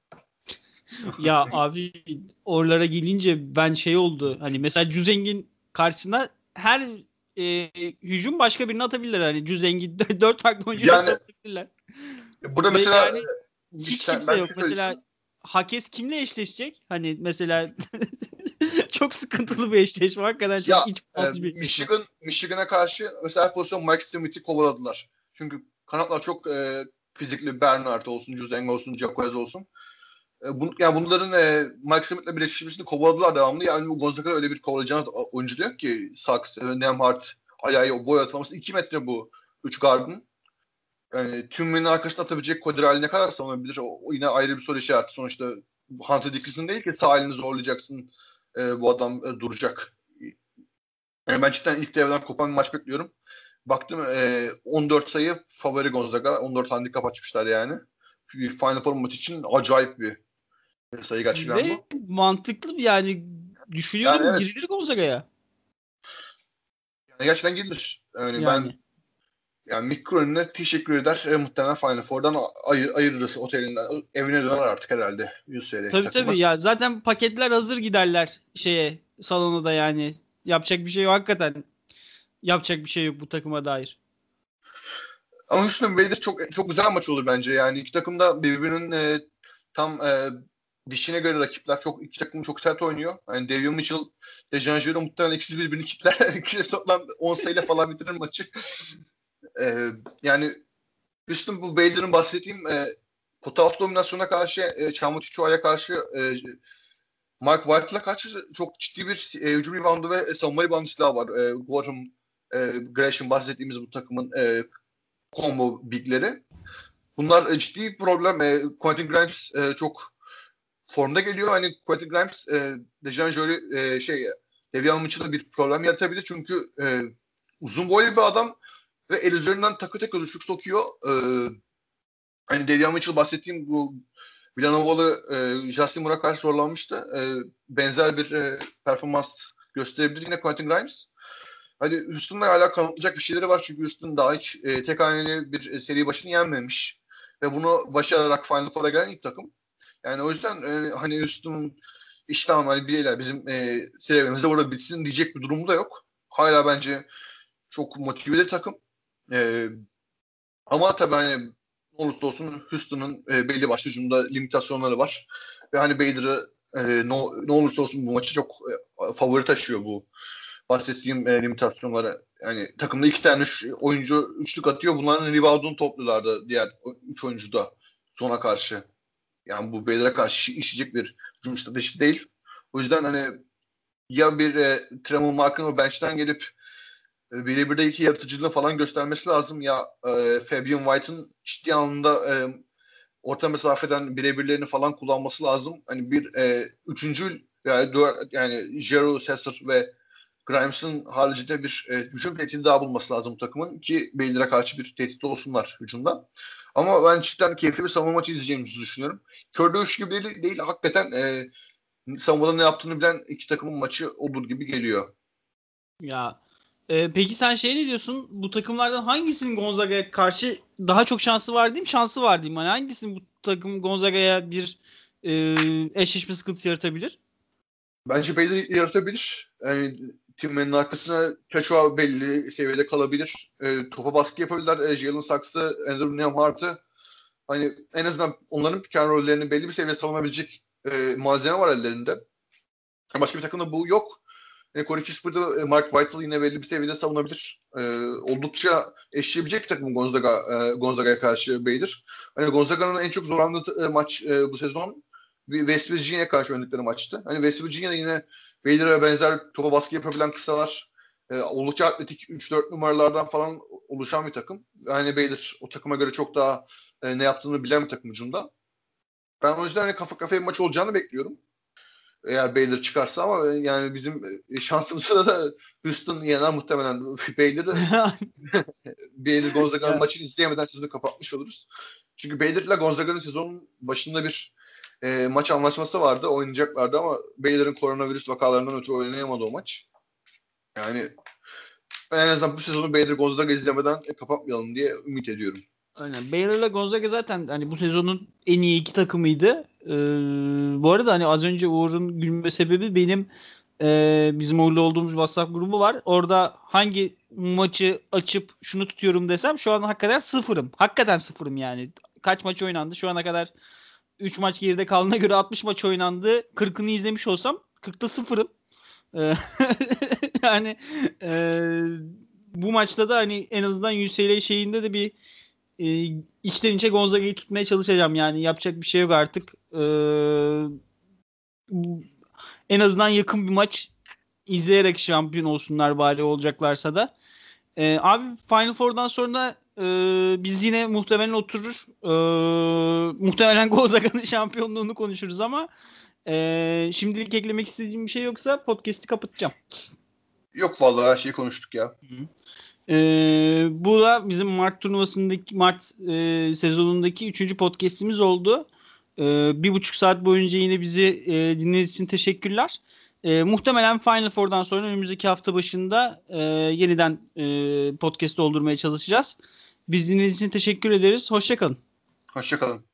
Ya abi oralara gelince ben şey oldu. Hani mesela Cüzengin karşısına her e, hücum başka birini atabilirler. Hani Cüzengin dört farklı oyuncuyu Yani savunabilirler. burada Ve mesela yani hiç sen, kimse ben yok. Mesela Hakes kimle eşleşecek? Hani mesela çok sıkıntılı bir eşleşme. Hakikaten ya çok iç e, boğazı bir eşleşme. Michigan Michigan'a karşı mesela pozisyon Mike Smith'i kovaladılar. Çünkü kanatlar çok e, fizikli Bernard olsun, Juzeng olsun, Jacquez olsun. E, bu, yani bunların e, Mike Smith'le birleştirmesini kovaladılar devamlı. Yani bu Gonzaga öyle bir kovalayacağınız oyuncu diyor ki Saks, Nemhart, ayağı boy atlaması iki metre bu üç gardın. Yani tümünün arkasına atabilecek Kodirali ne kadar savunabilir? O, o yine ayrı bir soru işareti. Sonuçta Hunter Dickinson değil ki sağ elini zorlayacaksın. E, bu adam e, duracak. Yani ben cidden ilk devreden kopan bir maç bekliyorum. Baktım e, on dört sayı favori Gonzaga. on dört handikap açmışlar yani. Final Four maçı için acayip bir sayı gerçekten Ve bu. mantıklı yani Yani düşünüyorum evet. girilir Gonzaga'ya. Yani gerçekten girilir. Yani ben Yani. yani Mikro'nun teşekkür eder. E, muhtemelen Final Four'dan ayır, ayırırız otelinden. Evine döner artık herhalde U C L A Tabii takımı. tabii ya zaten paketler hazır giderler şeye salona da yani. Yapacak bir şey yok hakikaten. Yapacak bir şey yok bu takıma dair. Ama Houston Bey'de çok çok güzel maç olur bence. Yani iki takım da birbirinin e, tam e, dişine göre rakipler. Çok iki takım çok sert oynuyor. Yani Davion Mitchell, Dejan Jiro muhtemelen ikisi birbirini kitler. İkisi toplam on sayıyla falan bitirir maçı. e, yani Houston bu Baylor'ın bahsettiğim e, pota altı dominasyona karşı e, Çamur Çiçoğlu'ya karşı e, Mark White'la karşı çok ciddi bir e, hücum reboundu ve e, savunma reboundu silahı var. E, Gorham, e, Gresham bahsettiğimiz bu takımın e, combo bigleri. Bunlar e, ciddi bir problem. E, Quentin Grimes e, çok formda geliyor. Hani Quentin Grimes e, Dejan Jory e, şey Devian Mitchell'da bir problem yaratabilir. Çünkü e, uzun boylu bir adam ve el üzerinden takı takı düşük sokuyor. E, hani Devian Mitchell bahsettiğim bu Villanovalı e, Justin Moore'a karşı zorlanmıştı. E, benzer bir e, performans gösterebilir yine Quentin Grimes. Hadi Houston'la hala kanıtlayacak bir şeyleri var. Çünkü Houston daha hiç e, tek haneli bir e, seri başını yenmemiş. Ve bunu başararak Final Four'a gelen ilk takım. Yani o yüzden e, hani Houston'un iş tamam hani bireyler bizim e, serüvenimizde burada bitsin diyecek bir durumu da yok. Hala bence çok motive bir takım. E, ama tabii hani olursa olsun Houston'ın e, belli başlı hücumda limitasyonları var. Ve hani Bader'ı e, no, ne olursa olsun bu maçı çok e, favori taşıyor bu bahsettiğim e, limitasyonlara. Yani takımda iki tane üç, oyuncu üçlük atıyor. Bunların reboundunu topluyorlardı diğer üç oyuncu da sona karşı. Yani bu Bader'a karşı işleyecek bir hücum stratejisi değil. O yüzden hani ya bir e, Tremont Mark'ın o bench'ten gelip e, birebirdeki yaratıcılığını falan göstermesi lazım ya e, Fabian White'ın ciddi anlamda e, orta mesafeden birebirlerini falan kullanması lazım. Hani bir e, üçüncü yani, dört, yani Jero, Sesser ve Grimes'ın haricinde bir e, hücum tehdidi daha bulması lazım bu takımın ki Baylor'a karşı bir tehdit olsunlar hücumda. Ama ben cidden keyifli bir savunma maçı izleyeceğimizi düşünüyorum. Körde üç gibi değil, değil hakikaten e, savunmada ne yaptığını bilen iki takımın maçı olur gibi geliyor. Ya e, peki sen şey ne diyorsun? Bu takımlardan hangisinin Gonzaga'ya karşı daha çok şansı var diyeyim, şansı var diyeyim. Hani hangisinin bu takım Gonzaga'ya bir e, eşleşme sıkıntısı yaratabilir? Bence Baylor yaratabilir. Yani Timmen'in arkasına Keşua belli seviyede kalabilir. E, topa baskı yapabilirler. E, Jalen Saks'ı, Andrew Nembhard'ı hani en azından onların pick and roll'lerini belli bir seviyede savunabilecek e, malzeme var ellerinde. Başka bir takımda bu yok. Yani Corey Kisper'da Mark Whitehall yine belli bir seviyede savunabilir. E, oldukça eşleyebilecek bir takım Gonzaga, e, Gonzaga'ya karşı Baylor. Hani Gonzaga'nın en çok zorlandığı e, maç e, bu sezon West Virginia'ya karşı oynadıkları maçtı. Hani West Virginia'da yine Baylor'a benzer topa baskı yapabilen kısalar, e, oldukça atletik üç dört numaralardan falan oluşan bir takım. Yani Baylor o takıma göre çok daha e, ne yaptığını bilen bir takım ucunda. Ben o yüzden hani kafa kafaya bir maç olacağını bekliyorum. Eğer Baylor çıkarsa ama yani bizim şansımıza da Houston yener muhtemelen. Baylor'ı Baylor Gonzaga'nın Ya, maçını izleyemeden sezonu kapatmış oluruz. Çünkü Baylor'la Gonzaga'nın sezonun başında bir e, maç anlaşması vardı. Oynayacaklardı ama Baylor'ın koronavirüs vakalarından ötürü oynayamadı o maç. Yani en azından bu sezonu Baylor Gonzaga izlemeden e, kapatmayalım diye ümit ediyorum. aynen. Baylor'la Gonzaga zaten hani bu sezonun en iyi iki takımıydı. Ee, bu arada hani az önce Uğur'un gülme sebebi benim e, bizim Uğur'la olduğumuz WhatsApp grubu var. Orada hangi maçı açıp şunu tutuyorum desem şu an hakikaten sıfırım. Hakikaten sıfırım yani. Kaç maç oynandı? Şu ana kadar üç maç geride kaldığına göre altmış maç oynandı. kırkını izlemiş olsam kırkta sıfırım. Ee, yani e, bu maçta da hani en azından U C L A şeyinde de bir e, içten içe Gonzaga'yı tutmaya çalışacağım. Yani yapacak bir şey yok artık. E, en azından yakın bir maç izleyerek şampiyon olsunlar bari olacaklarsa da. E, abi Final Four'dan sonra e, biz yine muhtemelen oturur. E, muhtemelen Gonzaga'nın şampiyonluğunu konuşuruz ama e, şimdilik eklemek istediğim bir şey yoksa podcast'i kapatacağım. Yok vallahi her şeyi konuştuk ya. Hı. Ee, bu da bizim Mart turnuvasındaki Mart e, sezonundaki üçüncü podcast'imiz oldu. Ee, bir buçuk saat boyunca yine bizi e, dinlediğiniz için teşekkürler. E, muhtemelen Final Four'dan sonra önümüzdeki hafta başında e, yeniden e, podcast doldurmaya çalışacağız. Biz dinlediğiniz için teşekkür ederiz. Hoşça kalın. Hoşçakalın.